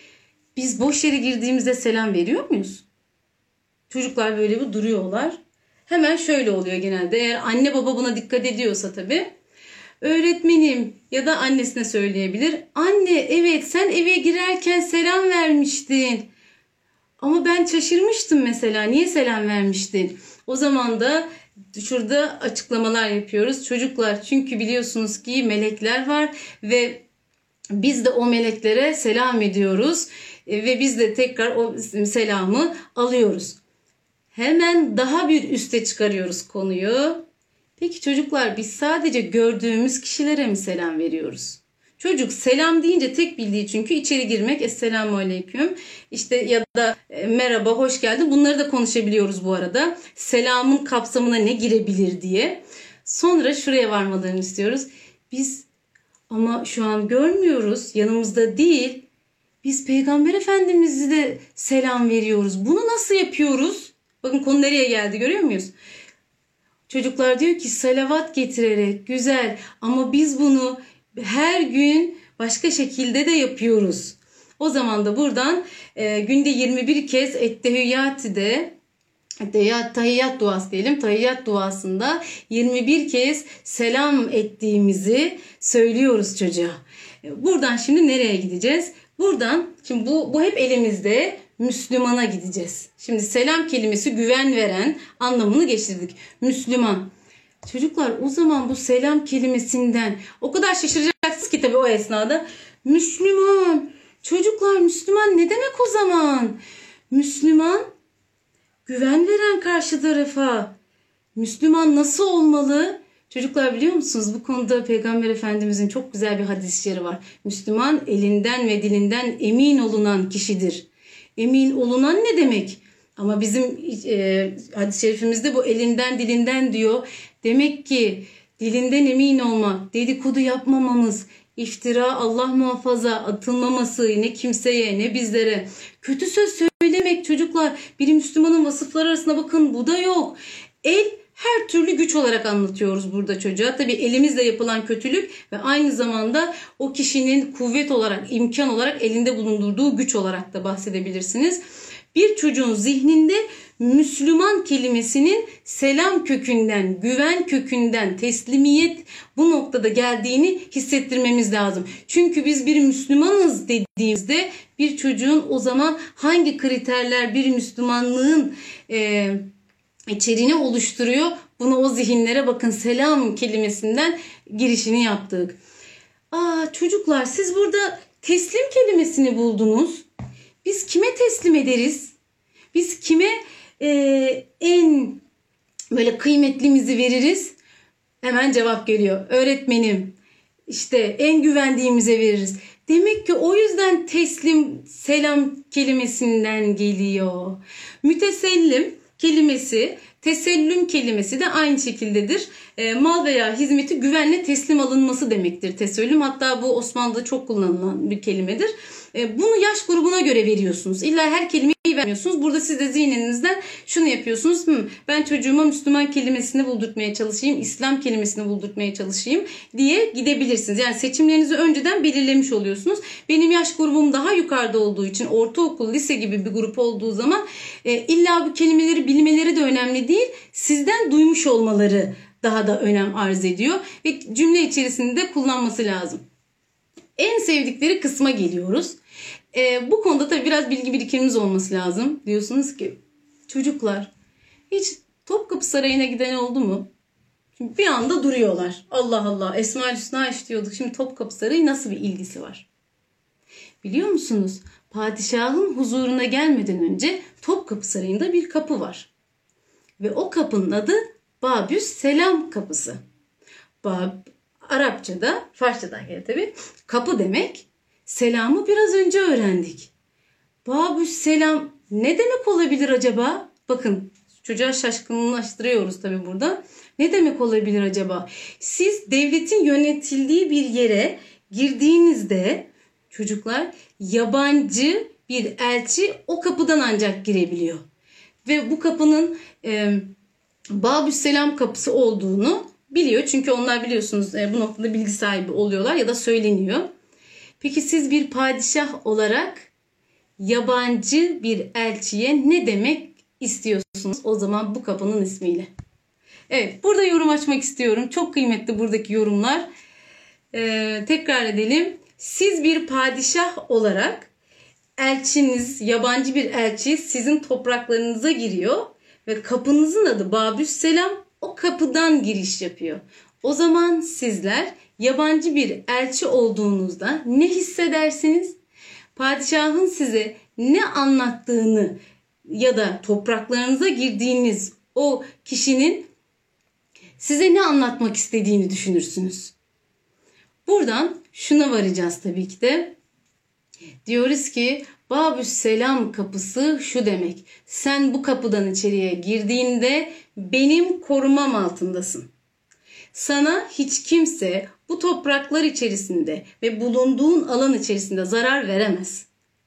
Biz boş yere girdiğimizde selam veriyor muyuz? Çocuklar böyle bir duruyorlar. Hemen şöyle oluyor genelde. Eğer anne baba buna dikkat ediyorsa tabii. Öğretmenim ya da annesine söyleyebilir. Anne evet sen eve girerken selam vermiştin. Ama ben şaşırmıştım mesela. Niye selam vermiştin? O zaman da şurada açıklamalar yapıyoruz. Çocuklar çünkü biliyorsunuz ki melekler var ve biz de o meleklere selam ediyoruz. Ve biz de tekrar o selamı alıyoruz. Hemen daha bir üste çıkarıyoruz konuyu. Peki çocuklar biz sadece gördüğümüz kişilere mi selam veriyoruz? Çocuk selam deyince tek bildiği çünkü içeri girmek esselamu aleyküm işte ya da e, merhaba hoş geldin bunları da konuşabiliyoruz bu arada. Selamın kapsamına ne girebilir diye. Sonra şuraya varmalarını istiyoruz. Biz ama şu an görmüyoruz yanımızda değil. Biz Peygamber Efendimiz'e de selam veriyoruz. Bunu nasıl yapıyoruz? Bakın konu nereye geldi görüyor muyuz? Çocuklar diyor ki salavat getirerek güzel ama biz bunu her gün başka şekilde de yapıyoruz. O zaman da buradan e, günde yirmi bir kez Ettehiyyat'de tahiyyat duası diyelim. Tahiyyat duasında yirmi bir kez selam ettiğimizi söylüyoruz çocuğa. Buradan şimdi nereye gideceğiz? Buradan şimdi bu, bu hep elimizde Müslümana gideceğiz. Şimdi selam kelimesi güven veren anlamını geçirdik. Müslüman. Çocuklar o zaman bu selam kelimesinden o kadar şaşıracaksınız ki tabii o esnada. Müslüman. Çocuklar Müslüman ne demek o zaman? Müslüman güven veren karşı tarafa. Müslüman nasıl olmalı? Çocuklar biliyor musunuz bu konuda Peygamber Efendimizin çok güzel bir hadis-i şerifi var. Müslüman elinden ve dilinden emin olunan kişidir. Emin olunan ne demek? Ama bizim e, hadis-i şerifimizde bu elinden dilinden diyor. Demek ki dilinden emin olmak, dedikodu yapmamamız, iftira Allah muhafaza atılmaması ne kimseye ne bizlere. Kötü söz söylemek çocuklar bir Müslümanın vasıfları arasında bakın bu da yok. El her türlü güç olarak anlatıyoruz burada çocuğa. Tabii elimizle yapılan kötülük ve aynı zamanda o kişinin kuvvet olarak, imkan olarak elinde bulundurduğu güç olarak da bahsedebilirsiniz. Bir çocuğun zihninde Müslüman kelimesinin selam kökünden, güven kökünden, teslimiyet bu noktada geldiğini hissettirmemiz lazım. Çünkü biz bir Müslümanız dediğimizde bir çocuğun o zaman hangi kriterler bir Müslümanlığın e, içeriğini oluşturuyor? Bunu o zihinlere bakın selam kelimesinden girişini yaptık. Aa, çocuklar siz burada teslim kelimesini buldunuz. Biz kime teslim ederiz? Biz kime e, en böyle kıymetlimizi veririz? Hemen cevap geliyor. Öğretmenim. İşte en güvendiğimize veririz. Demek ki o yüzden teslim selam kelimesinden geliyor. Mütesellim kelimesi, tesellüm kelimesi de aynı şekildedir. E, mal veya hizmeti güvenle teslim alınması demektir tesellüm. Hatta bu Osmanlı'da çok kullanılan bir kelimedir. E, bunu yaş grubuna göre veriyorsunuz. İlla her kelimeyi vermiyorsunuz. Burada siz de zihninizden şunu yapıyorsunuz. Hı, ben çocuğuma Müslüman kelimesini buldurtmaya çalışayım, İslam kelimesini buldurtmaya çalışayım diye gidebilirsiniz. Yani seçimlerinizi önceden belirlemiş oluyorsunuz. Benim yaş grubum daha yukarıda olduğu için ortaokul, lise gibi bir grup olduğu zaman e, illa bu kelimeleri bilmeleri de önemli değil. Sizden duymuş olmaları daha da önem arz ediyor ve cümle içerisinde kullanması lazım. En sevdikleri kısma geliyoruz. Ee, bu konuda tabii biraz bilgi birikimimiz olması lazım. Diyorsunuz ki çocuklar hiç Topkapı Sarayı'na giden oldu mu? Şimdi bir anda duruyorlar. Allah Allah Esma-ül Hüsna işliyorduk. Şimdi Topkapı Sarayı nasıl bir ilgisi var? Biliyor musunuz? Padişahın huzuruna gelmeden önce Topkapı Sarayı'nda bir kapı var. Ve o kapının adı Babüs Selam Kapısı. Bab Arapçada, Farsçadan geliyor tabii. Kapı demek. Selamı biraz önce öğrendik. Babüs selam ne demek olabilir acaba? Bakın Çocuğa şaşkınlaştırıyoruz tabii burada. Ne demek olabilir acaba? Siz devletin yönetildiği bir yere girdiğinizde çocuklar, yabancı bir elçi o kapıdan ancak girebiliyor. Ve bu kapının e, Babüsselam kapısı olduğunu biliyor. Çünkü onlar biliyorsunuz e, bu noktada bilgi sahibi oluyorlar ya da söyleniyor. Peki siz bir padişah olarak yabancı bir elçiye ne demek istiyorsunuz o zaman bu kapının ismiyle? Evet, burada yorum açmak istiyorum. Çok kıymetli buradaki yorumlar. Ee, tekrar edelim. Siz bir padişah olarak elçiniz, yabancı bir elçi sizin topraklarınıza giriyor ve kapınızın adı Babüsselam, o kapıdan giriş yapıyor. O zaman sizler yabancı bir elçi olduğunuzda ne hissedersiniz? Padişahın size ne anlattığını ya da topraklarınıza girdiğiniz o kişinin size ne anlatmak istediğini düşünürsünüz. Buradan şuna varacağız tabii ki de. Diyoruz ki Babüsselam kapısı şu demek. Sen bu kapıdan içeriye girdiğinde benim korumam altındasın. Sana hiç kimse bu topraklar içerisinde ve bulunduğun alan içerisinde zarar veremez.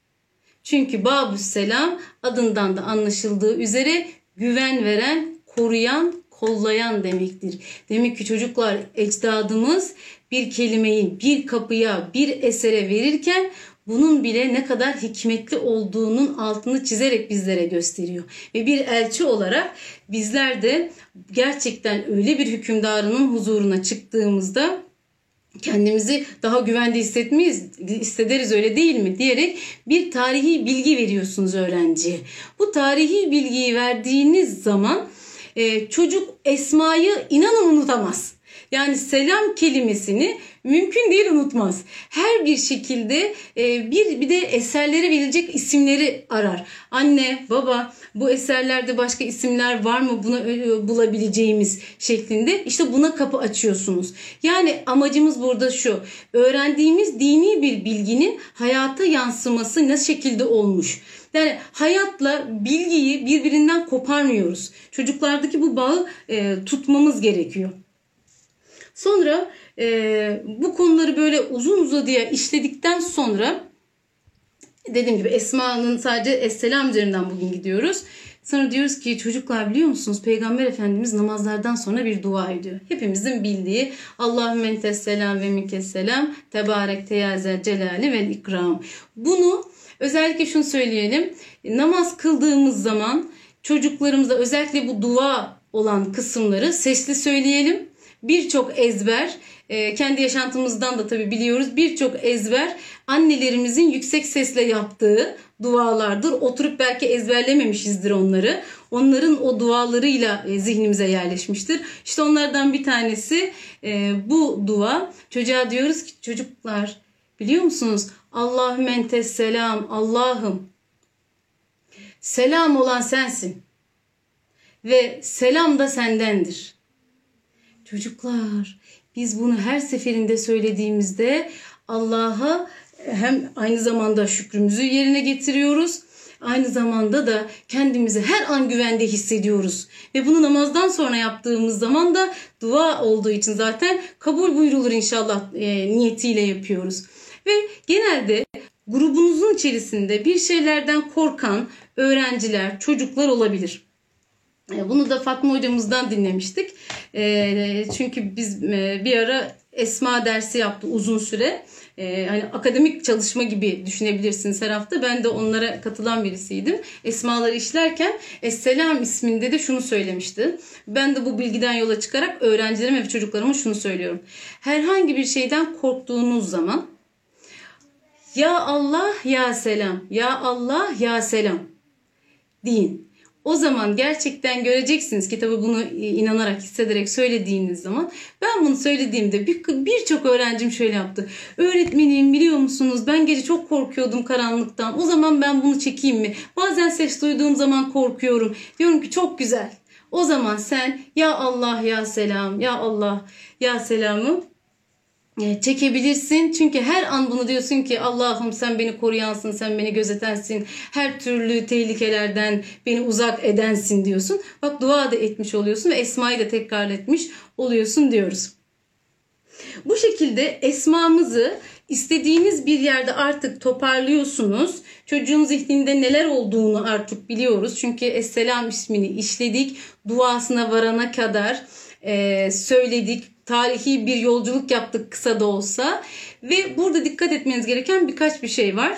Çünkü Babüsselam adından da anlaşıldığı üzere güven veren, koruyan, kollayan demektir. Demek ki çocuklar, ecdadımız bir kelimeyi bir kapıya, bir esere verirken bunun bile ne kadar hikmetli olduğunun altını çizerek bizlere gösteriyor. Ve bir elçi olarak bizler de gerçekten öyle bir hükümdarının huzuruna çıktığımızda kendimizi daha güvende hissetmeyiz, hissederiz öyle değil mi diyerek bir tarihi bilgi veriyorsunuz öğrenciye. Bu tarihi bilgiyi verdiğiniz zaman e, çocuk Esma'yı inanın unutamaz. Yani selam kelimesini mümkün değil unutmaz. Her bir şekilde e, bir bir de eserlere verilecek isimleri arar. Anne, baba, bu eserlerde başka isimler var mı buna e, bulabileceğimiz şeklinde işte buna kapı açıyorsunuz. Yani amacımız burada şu. Öğrendiğimiz dini bir bilginin hayata yansıması ne şekilde olmuş? Yani hayatla bilgiyi birbirinden koparmıyoruz. Çocuklardaki bu bağı e, tutmamız gerekiyor. Sonra e, bu konuları böyle uzun uzadıya işledikten sonra dediğim gibi Esma'nın sadece Esselam üzerinden bugün gidiyoruz. Sonra diyoruz ki çocuklar biliyor musunuz Peygamber Efendimiz namazlardan sonra bir dua ediyor. Hepimizin bildiği Allahümme entesselam ve minkesselam tebarek teyazel celali vel ikram. Bunu özellikle şunu söyleyelim. Namaz kıldığımız zaman çocuklarımıza özellikle bu dua olan kısımları sesli söyleyelim. Birçok ezber, kendi yaşantımızdan da tabii biliyoruz, birçok ezber annelerimizin yüksek sesle yaptığı dualardır. Oturup belki ezberlememişizdir onları. Onların o dualarıyla zihnimize yerleşmiştir. İşte onlardan bir tanesi bu dua. Çocuğa diyoruz ki çocuklar biliyor musunuz? Allahümme entes selam, Allah'ım selam olan sensin ve selam da sendendir. Çocuklar biz bunu her seferinde söylediğimizde Allah'a hem aynı zamanda şükrümüzü yerine getiriyoruz. Aynı zamanda da kendimizi her an güvende hissediyoruz. Ve bunu namazdan sonra yaptığımız zaman da dua olduğu için zaten kabul buyrulur inşallah e, niyetiyle yapıyoruz. Ve genelde grubunuzun içerisinde bir şeylerden korkan öğrenciler, çocuklar olabilir. Bunu da Fatma hocamızdan dinlemiştik. Çünkü biz bir ara Esma dersi yaptı uzun süre. Hani akademik çalışma gibi düşünebilirsiniz her hafta. Ben de onlara katılan birisiydim. Esmaları işlerken Esselam isminde de şunu söylemişti. Ben de bu bilgiden yola çıkarak öğrencilerime ve çocuklarıma şunu söylüyorum. Herhangi bir şeyden korktuğunuz zaman ya Allah ya selam, ya Allah ya selam deyin. O zaman gerçekten göreceksiniz ki tabii bunu inanarak, hissederek söylediğiniz zaman ben bunu söylediğimde birçok bir öğrencim şöyle yaptı. Öğretmenim biliyor musunuz ben gece çok korkuyordum karanlıktan. O zaman ben bunu çekeyim mi? Bazen ses duyduğum zaman korkuyorum. Diyorum ki çok güzel. O zaman sen ya Allah ya selam, ya Allah ya selamı e, çekebilirsin. Çünkü her an bunu diyorsun ki Allah'ım sen beni koruyansın, sen beni gözetensin. Her türlü tehlikelerden beni uzak edensin diyorsun. Bak dua da etmiş oluyorsun ve esmayı da tekrar etmiş oluyorsun diyoruz. Bu şekilde esmamızı istediğiniz bir yerde artık toparlıyorsunuz. Çocuğun zihninde neler olduğunu artık biliyoruz. Çünkü Esselam ismini işledik. Duasına varana kadar e, söyledik. Tarihi bir yolculuk yaptık kısa da olsa. Ve burada dikkat etmeniz gereken birkaç bir şey var.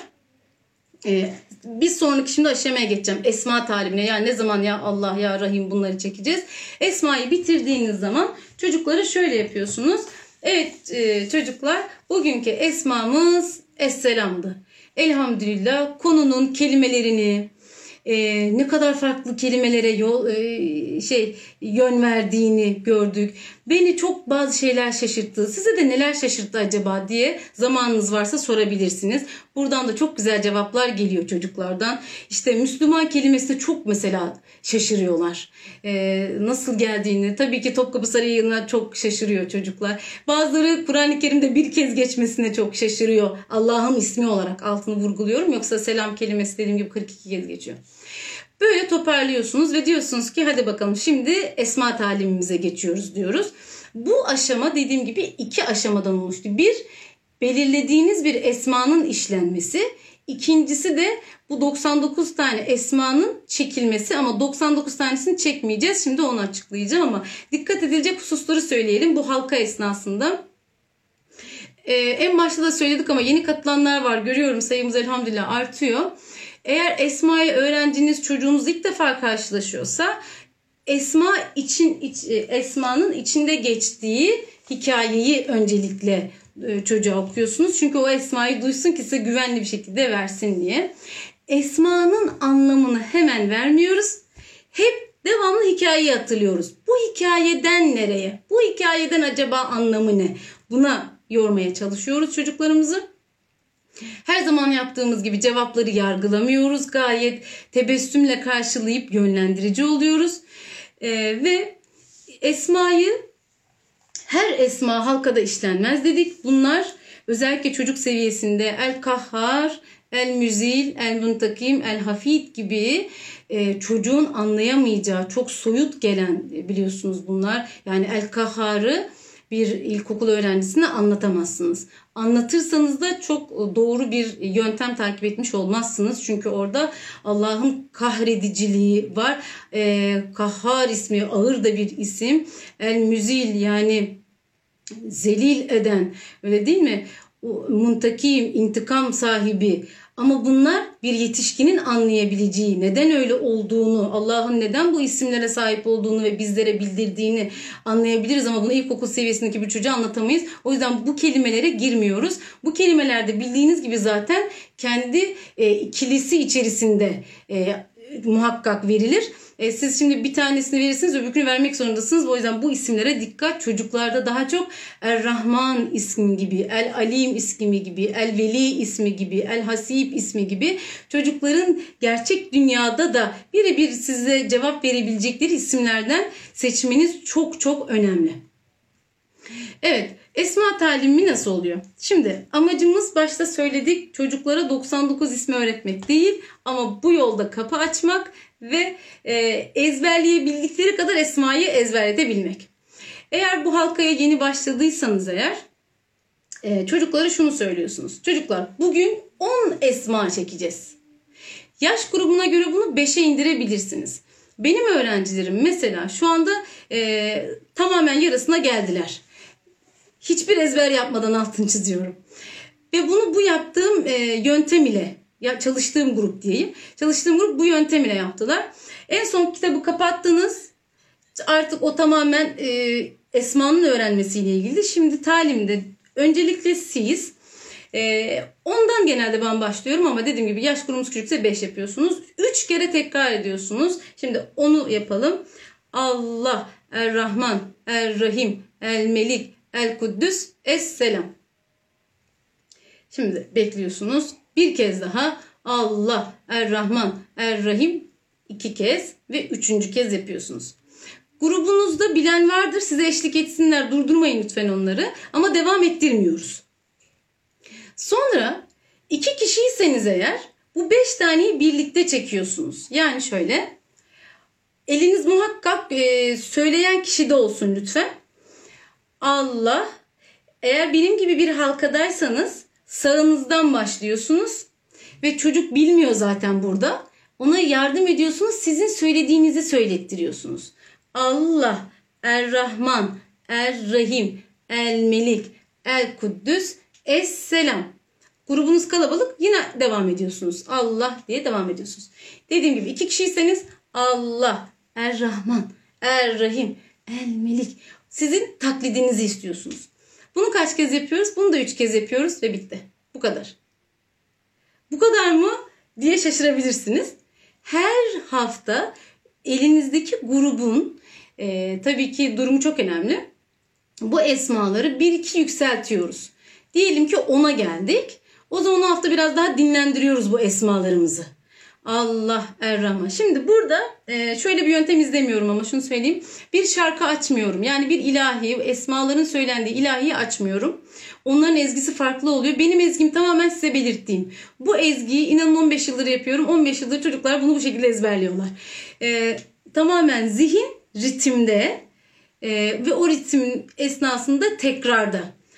Ee, bir sonraki şimdi aşamaya geçeceğim. Esma talimine, yani ne zaman ya Allah ya Rahim bunları çekeceğiz. Esmayı bitirdiğiniz zaman çocuklara şöyle yapıyorsunuz. Evet e, çocuklar, bugünkü esmamız Esselam'dı. Elhamdülillah konunun kelimelerini, e, ne kadar farklı kelimelere yol e, şey yön verdiğini gördük. Beni çok bazı şeyler şaşırttı. Size de neler şaşırttı acaba diye zamanınız varsa sorabilirsiniz. Buradan da çok güzel cevaplar geliyor çocuklardan. İşte Müslüman kelimesine çok mesela şaşırıyorlar. Ee, nasıl geldiğini. Tabii ki Topkapı Sarayı'na çok şaşırıyor çocuklar. Bazıları Kur'an-ı Kerim'de bir kez geçmesine çok şaşırıyor. Allah'ın ismi olarak altını vurguluyorum. Yoksa selam kelimesi dediğim gibi kırk iki kez geçiyor. Böyle toparlıyorsunuz ve diyorsunuz ki hadi bakalım şimdi esma talimimize geçiyoruz diyoruz. Bu aşama dediğim gibi iki aşamadan oluştu. Bir, belirlediğiniz bir esmanın işlenmesi. İkincisi de bu doksan dokuz tane esmanın çekilmesi, ama doksan dokuz tanesini çekmeyeceğiz. Şimdi onu açıklayacağım ama dikkat edilecek hususları söyleyelim bu halka esnasında. Ee, en başta da söyledik ama yeni katılanlar var, görüyorum sayımız elhamdülillah artıyor. Eğer esmayı öğrenciniz, çocuğunuz ilk defa karşılaşıyorsa esma için iç, esmanın içinde geçtiği hikayeyi öncelikle çocuğa okuyorsunuz. Çünkü o esmayı duysun ki size güvenli bir şekilde versin diye. Esmanın anlamını hemen vermiyoruz. Hep devamlı hikayeyi hatırlıyoruz. Bu hikayeden nereye? Bu hikayeden acaba anlamı ne? Buna yormaya çalışıyoruz çocuklarımızı. Her zaman yaptığımız gibi cevapları yargılamıyoruz. Gayet tebessümle karşılayıp yönlendirici oluyoruz. Ee, ve esmayı, her esma halkada işlenmez dedik. Bunlar özellikle çocuk seviyesinde El Kahhar, El Müzil, El Muntakim, El Hafid gibi e, çocuğun anlayamayacağı çok soyut gelen, biliyorsunuz bunlar. Yani El Kahhar'ı bir ilkokul öğrencisine anlatamazsınız. Anlatırsanız da çok doğru bir yöntem takip etmiş olmazsınız. Çünkü orada Allah'ın kahrediciliği var. Ee, Kahhar ismi ağır da bir isim. El Müzil, yani zelil eden, öyle değil mi? Muntakim, intikam sahibi. Ama bunlar bir yetişkinin anlayabileceği, neden öyle olduğunu, Allah'ın neden bu isimlere sahip olduğunu ve bizlere bildirdiğini anlayabiliriz, ama bunu ilkokul seviyesindeki bir çocuğa anlatamayız. O yüzden bu kelimelere girmiyoruz. Bu kelimelerde bildiğiniz gibi zaten kendi e, ikilisi içerisinde e, muhakkak verilir. E, siz şimdi bir tanesini verirsiniz, öbürkünü vermek zorundasınız. O yüzden bu isimlere dikkat. Çocuklarda daha çok Er-Rahman ismi gibi, El-Alim ismi gibi, El-Veli ismi gibi, El-Hasib ismi gibi çocukların gerçek dünyada da birebir size cevap verebilecekleri isimlerden seçmeniz çok çok önemli. Evet, esma talimi nasıl oluyor? Şimdi amacımız başta söyledik, çocuklara doksan dokuz ismi öğretmek değil, ama bu yolda kapı açmak ve e, ezberleyebildikleri kadar esmayı ezberletebilmek. Eğer bu halkaya yeni başladıysanız eğer e, çocuklara şunu söylüyorsunuz. Çocuklar, bugün on esma çekeceğiz. Yaş grubuna göre bunu beşe indirebilirsiniz. Benim öğrencilerim mesela şu anda e, tamamen yarısına geldiler. Hiçbir ezber yapmadan altını çiziyorum. Ve bunu bu yaptığım e, yöntem ile, ya çalıştığım grup diyeyim. Çalıştığım grup bu yöntem ile yaptılar. En son kitabı kapattınız. Artık o tamamen e, esmanın öğrenmesiyle ilgili. Şimdi talimde öncelikle siz e, ondan genelde ben başlıyorum, ama dediğim gibi yaş grubumuz küçükse beş yapıyorsunuz. üç kere tekrar ediyorsunuz. Şimdi onu yapalım. Allah, Er-Rahman, Er-Rahim, El-Melik, El-Kuddüs, Es-Selam. Şimdi bekliyorsunuz. Bir kez daha Allah, Er-Rahman, Er-Rahim iki kez ve üçüncü kez yapıyorsunuz. Grubunuzda bilen vardır, size eşlik etsinler, durdurmayın lütfen onları, ama devam ettirmiyoruz. Sonra iki kişiyseniz eğer bu beş taneyi birlikte çekiyorsunuz. Yani şöyle, eliniz muhakkak e, söyleyen kişide olsun lütfen. Allah, eğer benim gibi bir halkadaysanız sağınızdan başlıyorsunuz ve çocuk bilmiyor zaten burada. Ona yardım ediyorsunuz, sizin söylediğinizi söylettiriyorsunuz. Allah, Er-Rahman, Er-Rahim, El-Melik, El-Kuddüs, Es-Selam. Grubunuz kalabalık, yine devam ediyorsunuz. Allah diye devam ediyorsunuz. Dediğim gibi iki kişiyseniz Allah, Er-Rahman, Er-Rahim, El-Melik. Sizin taklidinizi istiyorsunuz. Bunu kaç kez yapıyoruz? Bunu da üç kez yapıyoruz ve bitti. Bu kadar. Bu kadar mı diye şaşırabilirsiniz. Her hafta elinizdeki grubun e, tabii ki durumu çok önemli. Bu esmaları bir iki yükseltiyoruz. Diyelim ki ona geldik. O zaman o hafta biraz daha dinlendiriyoruz bu esmalarımızı. Allah, Er-Rahman. Şimdi burada e, şöyle bir yöntem izlemiyorum ama şunu söyleyeyim. Bir şarkı açmıyorum. Yani bir ilahi, esmaların söylendiği ilahiyi açmıyorum. Onların ezgisi farklı oluyor. Benim ezgim tamamen size belirttiğim. Bu ezgiyi inanın on beş yıldır yapıyorum. on beş yıldır çocuklar bunu bu şekilde ezberliyorlar. E, tamamen zihin ritimde e, ve o ritim esnasında tekrarda.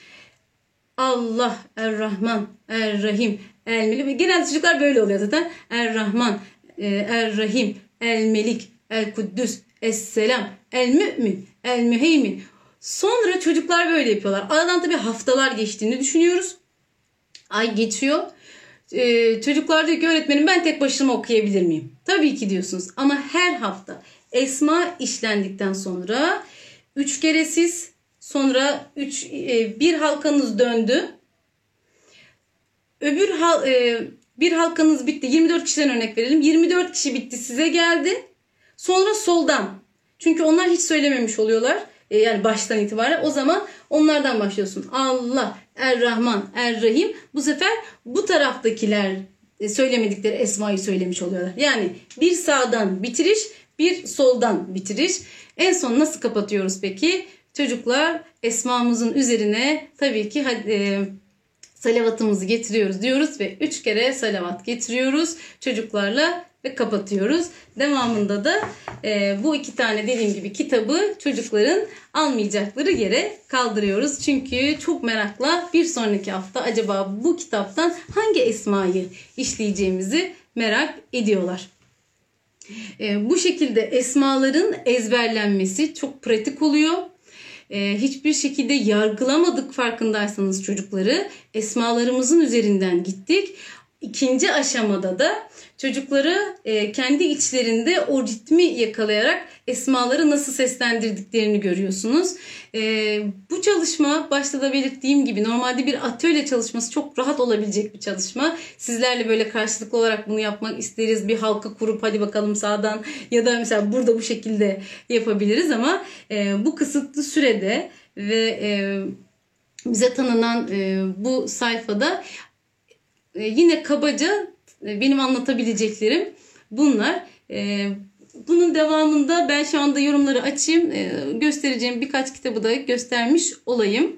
Allah, Er-Rahman, Er-Rahim, El-Melik. Genelde çocuklar böyle oluyor zaten. Er-Rahman, Er-Rahim, El-Melik, El-Kuddüs, Es-Selam, El-Mü'min, El-Müheymin. Sonra çocuklar böyle yapıyorlar. Aradan tabii haftalar geçtiğini düşünüyoruz. Ay geçiyor. Ee, çocuklar diyor ki öğretmenim ben tek başıma okuyabilir miyim? Tabii ki diyorsunuz. Ama her hafta esma işlendikten sonra üç kere siz, sonra üç, bir halkanız döndü. Öbür hal, bir halkanız bitti. yirmi dört kişiden örnek verelim. yirmi dört kişi bitti, size geldi. Sonra soldan. Çünkü onlar hiç söylememiş oluyorlar. Yani baştan itibaren. O zaman onlardan başlıyorsun. Allah, Er-Rahman, Er-Rahim. Bu sefer bu taraftakiler söylemedikleri esmayı söylemiş oluyorlar. Yani bir sağdan bitiriş, bir soldan bitiriş. En son nasıl kapatıyoruz peki? Çocuklar esmamızın üzerine tabii ki e, salavatımızı getiriyoruz diyoruz ve üç kere salavat getiriyoruz çocuklarla ve kapatıyoruz. Devamında da e, bu iki tane dediğim gibi kitabı çocukların almayacakları yere kaldırıyoruz. Çünkü çok merakla bir sonraki hafta acaba bu kitaptan hangi esmayı işleyeceğimizi merak ediyorlar. E, bu şekilde esmaların ezberlenmesi çok pratik oluyor. Ee, hiçbir şekilde yargılamadık farkındaysanız çocukları. Esmalarımızın üzerinden gittik. İkinci aşamada da çocukları e, kendi içlerinde o ritmi yakalayarak esmaları nasıl seslendirdiklerini görüyorsunuz. E, bu çalışma başta da belirttiğim gibi normalde bir atölye çalışması çok rahat olabilecek bir çalışma. Sizlerle böyle karşılıklı olarak bunu yapmak isteriz. Bir halka kurup hadi bakalım sağdan ya da mesela burada bu şekilde yapabiliriz ama e, bu kısıtlı sürede ve e, bize tanınan e, bu sayfada e, yine kabaca e, benim anlatabileceklerim bunlar. E, bunun devamında ben şu anda yorumları açayım. E, göstereceğim birkaç kitabı da göstermiş olayım.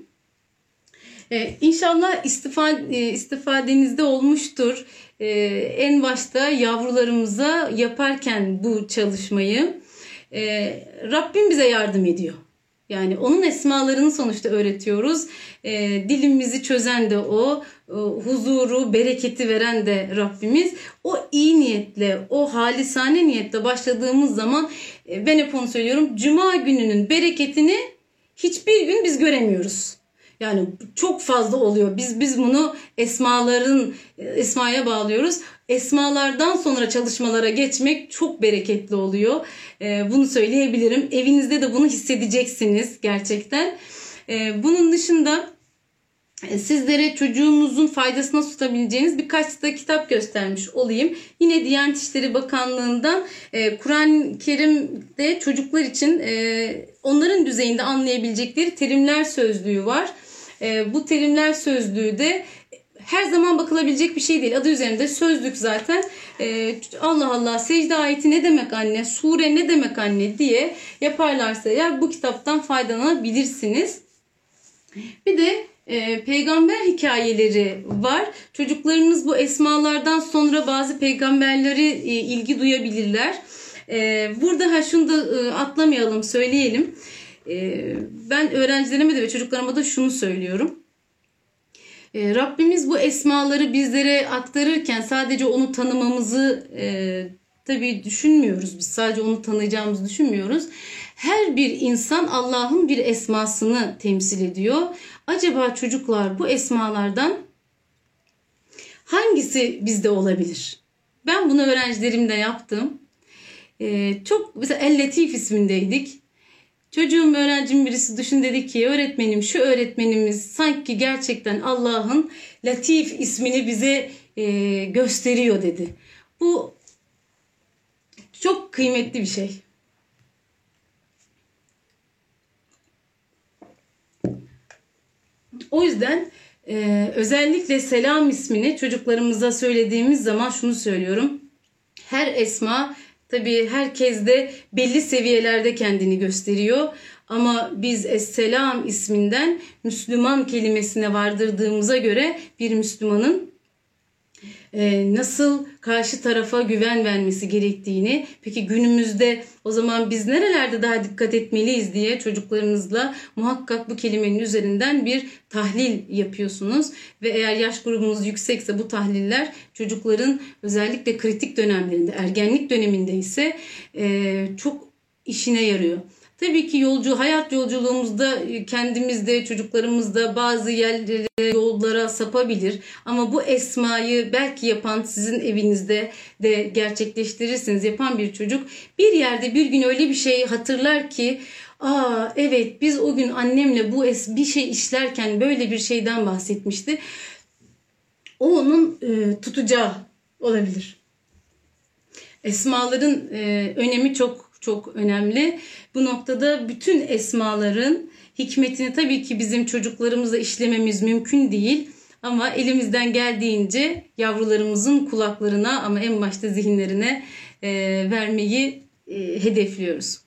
E, İnşallah istifade, e, istifadenizde olmuştur. E, en başta yavrularımıza yaparken bu çalışmayı e, Rabbim bize yardım ediyor. Yani onun esmalarını sonuçta öğretiyoruz. E, dilimizi çözen de o, e, huzuru, bereketi veren de Rabbimiz. O iyi niyetle, o halisane niyetle başladığımız zaman e, ben hep onu söylüyorum. Cuma gününün bereketini hiçbir gün biz göremiyoruz. Yani çok fazla oluyor. Biz biz bunu esmaların esmaya bağlıyoruz. Esmalardan sonra çalışmalara geçmek çok bereketli oluyor. Ee, bunu söyleyebilirim. Evinizde de bunu hissedeceksiniz gerçekten. Ee, bunun dışında sizlere çocuğunuzun faydasına tutabileceğiniz birkaç da kitap göstermiş olayım. Yine Diyanet İşleri Bakanlığı'ndan e, Kur'an-ı Kerim'de çocuklar için e, onların düzeyinde anlayabilecekleri terimler sözlüğü var. E, bu terimler sözlüğü de her zaman bakılabilecek bir şey değil. Adı üzerinde sözlük zaten. E, Allah Allah, secde ayeti ne demek anne, sure ne demek anne diye yaparlarsa eğer bu kitaptan faydalanabilirsiniz. Bir de e, peygamber hikayeleri var. Çocuklarınız bu esmalardan sonra bazı peygamberleri e, ilgi duyabilirler. E, burada ha şunu da e, atlamayalım, söyleyelim. E, ben öğrencilerime de ve çocuklarıma da şunu söylüyorum. E, Rabbimiz bu esmaları bizlere aktarırken sadece onu tanımamızı e, tabii düşünmüyoruz. Biz sadece onu tanıyacağımızı düşünmüyoruz. Her bir insan Allah'ın bir esmasını temsil ediyor. Acaba çocuklar bu esmalardan hangisi bizde olabilir? Ben bunu öğrencilerimde yaptım. Ee, çok mesela El-Latif ismindeydik. Çocuğum, öğrencim birisi düşün, dedi ki öğretmenim, şu öğretmenimiz sanki gerçekten Allah'ın Latif ismini bize e, gösteriyor dedi. Bu çok kıymetli bir şey. O yüzden e, özellikle Selam ismini çocuklarımıza söylediğimiz zaman şunu söylüyorum. Her esma tabii herkes de belli seviyelerde kendini gösteriyor. Ama biz Es-Selam isminden Müslüman kelimesine vardırdığımıza göre bir Müslümanın e, nasıl karşı tarafa güven vermesi gerektiğini, peki günümüzde o zaman biz nerelerde daha dikkat etmeliyiz diye çocuklarınızla muhakkak bu kelimenin üzerinden bir tahlil yapıyorsunuz. Ve eğer yaş grubunuz yüksekse bu tahliller çocukların özellikle kritik dönemlerinde, ergenlik döneminde ise e, çok işine yarıyor. Tabii ki yolcu, hayat yolculuğumuzda kendimizde, çocuklarımızda bazı yerlere, yollara sapabilir. Ama bu esmayı belki yapan, sizin evinizde de gerçekleştirirsiniz yapan bir çocuk bir yerde bir gün öyle bir şey hatırlar ki, aa evet biz o gün annemle bu es bir şey işlerken böyle bir şeyden bahsetmişti. O onun e, tutacağı olabilir. Esmaların e, önemi çok çok önemli. Bu noktada bütün esmaların hikmetini tabii ki bizim çocuklarımızla işlememiz mümkün değil. Ama elimizden geldiğince yavrularımızın kulaklarına ama en başta zihinlerine e, vermeyi e, hedefliyoruz.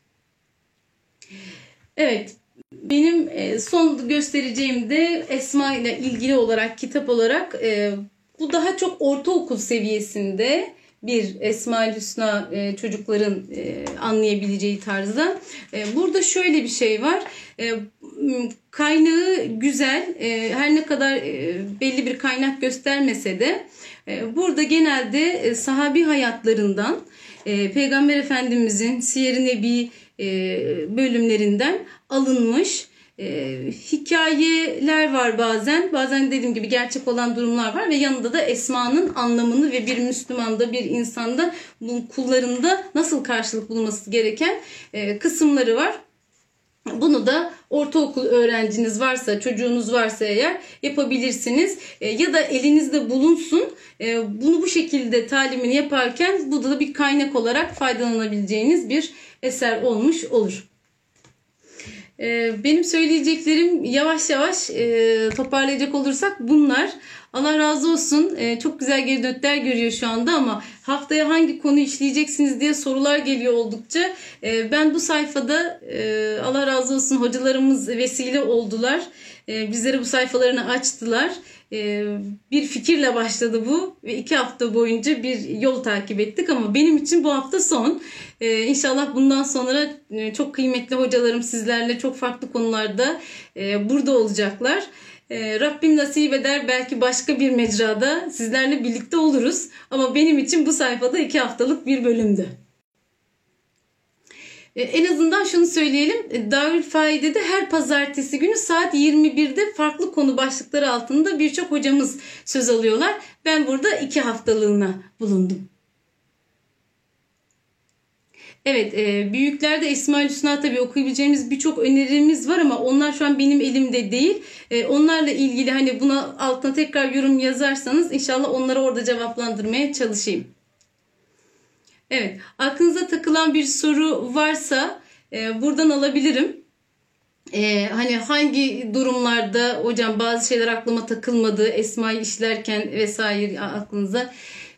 Evet, benim e, son göstereceğim de esma ile ilgili olarak, kitap olarak e, bu daha çok ortaokul seviyesinde bir Esma-ül Hüsna e, çocukların e, anlayabileceği tarzda. E, burada şöyle bir şey var. E, kaynağı güzel. E, her ne kadar e, belli bir kaynak göstermese de e, burada genelde e, sahabi hayatlarından, e, Peygamber Efendimizin Siyer-i Nebi e, bölümlerinden alınmış E, hikayeler var bazen. Bazen dediğim gibi gerçek olan durumlar var ve yanında da esmanın anlamını ve bir Müslümanda, bir insanda, bu kullarında nasıl karşılık bulması gereken e, kısımları var. Bunu da ortaokul öğrenciniz varsa, çocuğunuz varsa eğer yapabilirsiniz. E, ya da elinizde bulunsun. E, bunu bu şekilde talimini yaparken bu da bir kaynak olarak faydalanabileceğiniz bir eser olmuş olur. Benim söyleyeceklerim yavaş yavaş toparlayacak olursak bunlar. Allah razı olsun. Çok güzel geri dönütler görüyor şu anda ama haftaya hangi konu işleyeceksiniz diye sorular geliyor oldukça. Ben bu sayfada Allah razı olsun hocalarımız vesile oldular. Bizlere bu sayfalarını açtılar. Bir fikirle başladı bu ve iki hafta boyunca bir yol takip ettik ama benim için bu hafta son. İnşallah bundan sonra çok kıymetli hocalarım sizlerle çok farklı konularda burada olacaklar. Rabbim nasip eder, belki başka bir mecrada sizlerle birlikte oluruz. Ama benim için bu sayfada iki haftalık bir bölümdü. En azından şunu söyleyelim. Darülfaide'de her pazartesi günü saat yirmi birde farklı konu başlıkları altında birçok hocamız söz alıyorlar. Ben burada iki haftalığına bulundum. Evet, e, büyüklerde Esma-ül Hüsna tabii okuyabileceğimiz birçok önerimiz var ama onlar şu an benim elimde değil. E, onlarla ilgili hani buna altına tekrar yorum yazarsanız inşallah onları orada cevaplandırmaya çalışayım. Evet, aklınıza takılan bir soru varsa e, buradan alabilirim. Ee, hani hangi durumlarda hocam bazı şeyler aklıma takılmadı, Esma'yı işlerken vesaire aklınıza,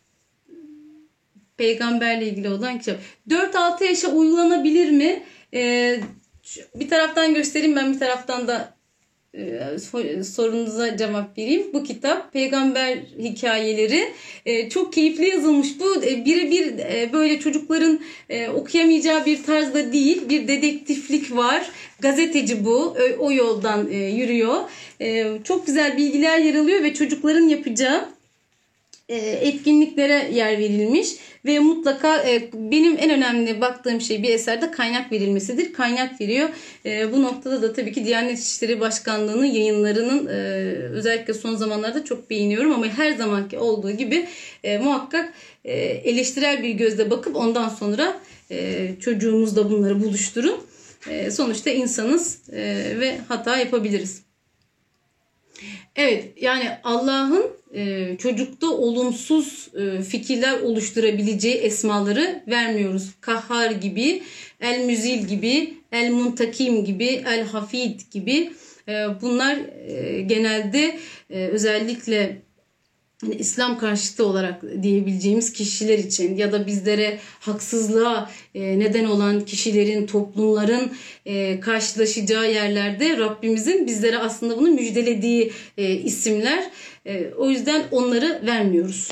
peygamberle ilgili olan kitap. dört altı yaşa uygulanabilir mi? Ee, bir taraftan göstereyim, ben bir taraftan da e, sorunuza cevap vereyim. Bu kitap peygamber hikayeleri, e, çok keyifli yazılmış. Bu e, birebir e, böyle çocukların e, okuyamayacağı bir tarzda değil. Bir dedektiflik var. Gazeteci bu. O, o yoldan e, yürüyor. E, çok güzel bilgiler yer alıyor ve çocukların yapacağı e, etkinliklere yer verilmiş ve mutlaka e, benim en önemli baktığım şey bir eserde kaynak verilmesidir. Kaynak veriyor. E, bu noktada da tabii ki Diyanet İşleri Başkanlığı'nın yayınlarının e, özellikle son zamanlarda çok beğeniyorum ama her zamanki olduğu gibi e, muhakkak e, eleştirel bir gözle bakıp ondan sonra e, çocuğumuzla bunları buluşturun. E, sonuçta insanız e, ve hata yapabiliriz. Evet, yani Allah'ın e, çocukta olumsuz e, fikirler oluşturabileceği esmaları vermiyoruz. Kahhar gibi, El Müzil gibi, El Muntakim gibi, El Hafid gibi. E, bunlar e, genelde e, özellikle yani İslam karşıtı olarak diyebileceğimiz kişiler için ya da bizlere haksızlığa neden olan kişilerin, toplumların karşılaşacağı yerlerde Rabbimizin bizlere aslında bunu müjdelediği isimler. O yüzden onları vermiyoruz.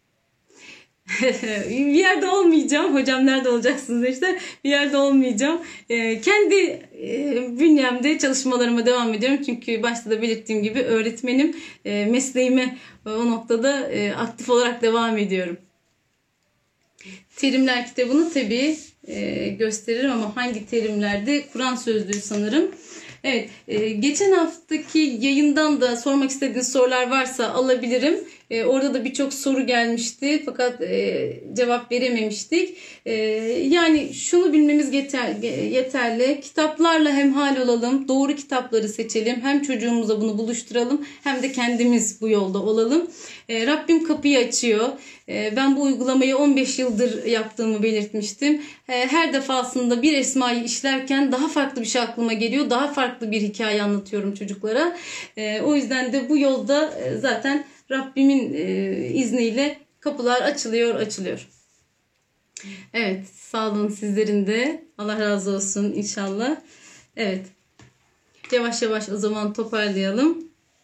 Bir yerde olmayacağım. Hocam nerede olacaksınız işte. Bir yerde olmayacağım. Ee, kendi e, bünyemde çalışmalarıma devam ediyorum. Çünkü başta da belirttiğim gibi öğretmenim. E, mesleğime o noktada e, aktif olarak devam ediyorum. Terimler kitabını tabii e, gösteririm ama hangi terimlerde? Kur'an sözlüğü sanırım. Evet, e, geçen haftaki yayından da sormak istediğiniz sorular varsa alabilirim. E, orada da birçok soru gelmişti fakat e, cevap verememiştik. E, yani şunu bilmemiz yeter, yeterli. Kitaplarla hemhal olalım, doğru kitapları seçelim. Hem çocuğumuza bunu buluşturalım hem de kendimiz bu yolda olalım. E, Rabbim kapıyı açıyor. E, ben bu uygulamayı on beş yıldır yaptığımı belirtmiştim. E, her defasında bir esmayı işlerken daha farklı bir şey aklıma geliyor. Daha farklı bir hikaye anlatıyorum çocuklara. E, o yüzden de bu yolda e, zaten Rabbimin e, izniyle kapılar açılıyor, açılıyor. Evet, sağ olun sizlerin de. Allah razı olsun inşallah. Evet, yavaş yavaş o zaman toparlayalım.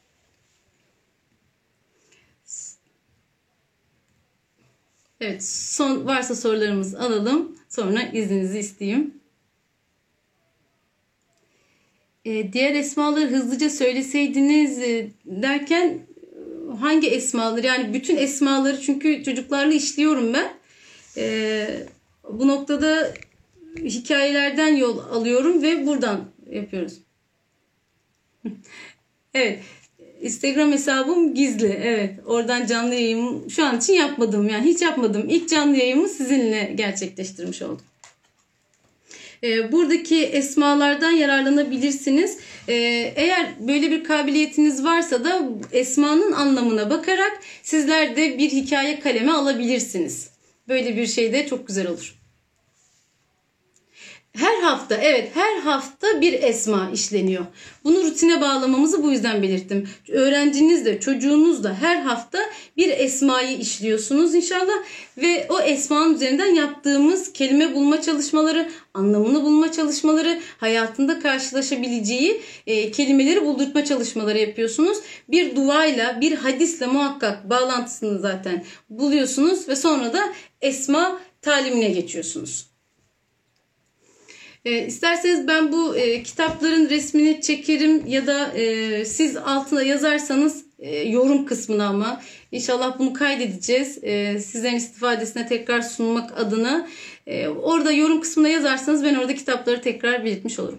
Evet, son varsa sorularımızı alalım. Sonra izninizi isteyeyim. Ee, diğer esmaları hızlıca söyleseydiniz e, derken hangi esmaları? Yani bütün esmaları çünkü çocuklarla işliyorum ben. Ee, bu noktada hikayelerden yol alıyorum ve buradan yapıyoruz. Evet. Instagram hesabım gizli. Evet. Oradan canlı yayın şu an için yapmadım. Yani hiç yapmadım. İlk canlı yayımı sizinle gerçekleştirmiş oldum. Ee, buradaki esmalardan yararlanabilirsiniz. Ee, eğer böyle bir kabiliyetiniz varsa da esmanın anlamına bakarak sizler de bir hikaye kaleme alabilirsiniz. Böyle bir şey de çok güzel olur. Her hafta, evet, her hafta bir esma işleniyor. Bunu rutine bağlamamızı bu yüzden belirttim. Öğrenciniz de çocuğunuz da her hafta bir esmayı işliyorsunuz inşallah. Ve o esmanın üzerinden yaptığımız kelime bulma çalışmaları, anlamını bulma çalışmaları, hayatında karşılaşabileceği e, kelimeleri buldurtma çalışmaları yapıyorsunuz. Bir duayla, bir hadisle muhakkak bağlantısını zaten buluyorsunuz ve sonra da esma talimine geçiyorsunuz. E, isterseniz ben bu e, kitapların resmini çekerim ya da e, siz altına yazarsanız e, yorum kısmına ama inşallah bunu kaydedeceğiz. E, sizlerin istifadesine tekrar sunmak adına e, orada yorum kısmına yazarsanız ben orada kitapları tekrar belirtmiş olurum.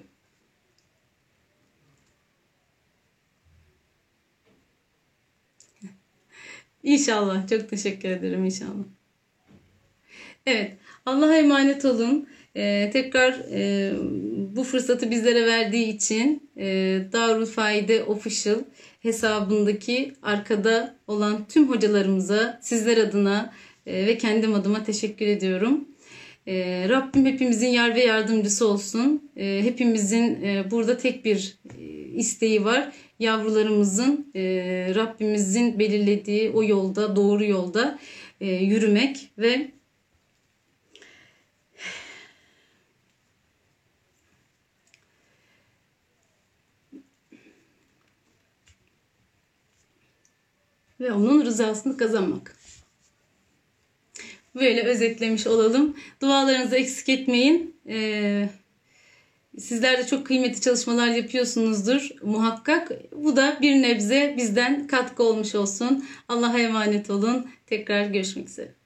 İnşallah. Çok teşekkür ederim inşallah. Evet. Allah'a emanet olun. Ee, tekrar e, bu fırsatı bizlere verdiği için e, Darul Faide Official hesabındaki arkada olan tüm hocalarımıza, sizler adına e, ve kendim adıma teşekkür ediyorum. Ee, Rabbim hepimizin yar ve yardımcısı olsun. Ee, hepimizin e, burada tek bir e, isteği var. Yavrularımızın e, Rabbimizin belirlediği o yolda, doğru yolda e, yürümek ve ve onun rızasını kazanmak. Böyle özetlemiş olalım. Dualarınızı eksik etmeyin. Ee, sizler de çok kıymetli çalışmalar yapıyorsunuzdur muhakkak. Bu da bir nebze bizden katkı olmuş olsun. Allah'a emanet olun. Tekrar görüşmek üzere.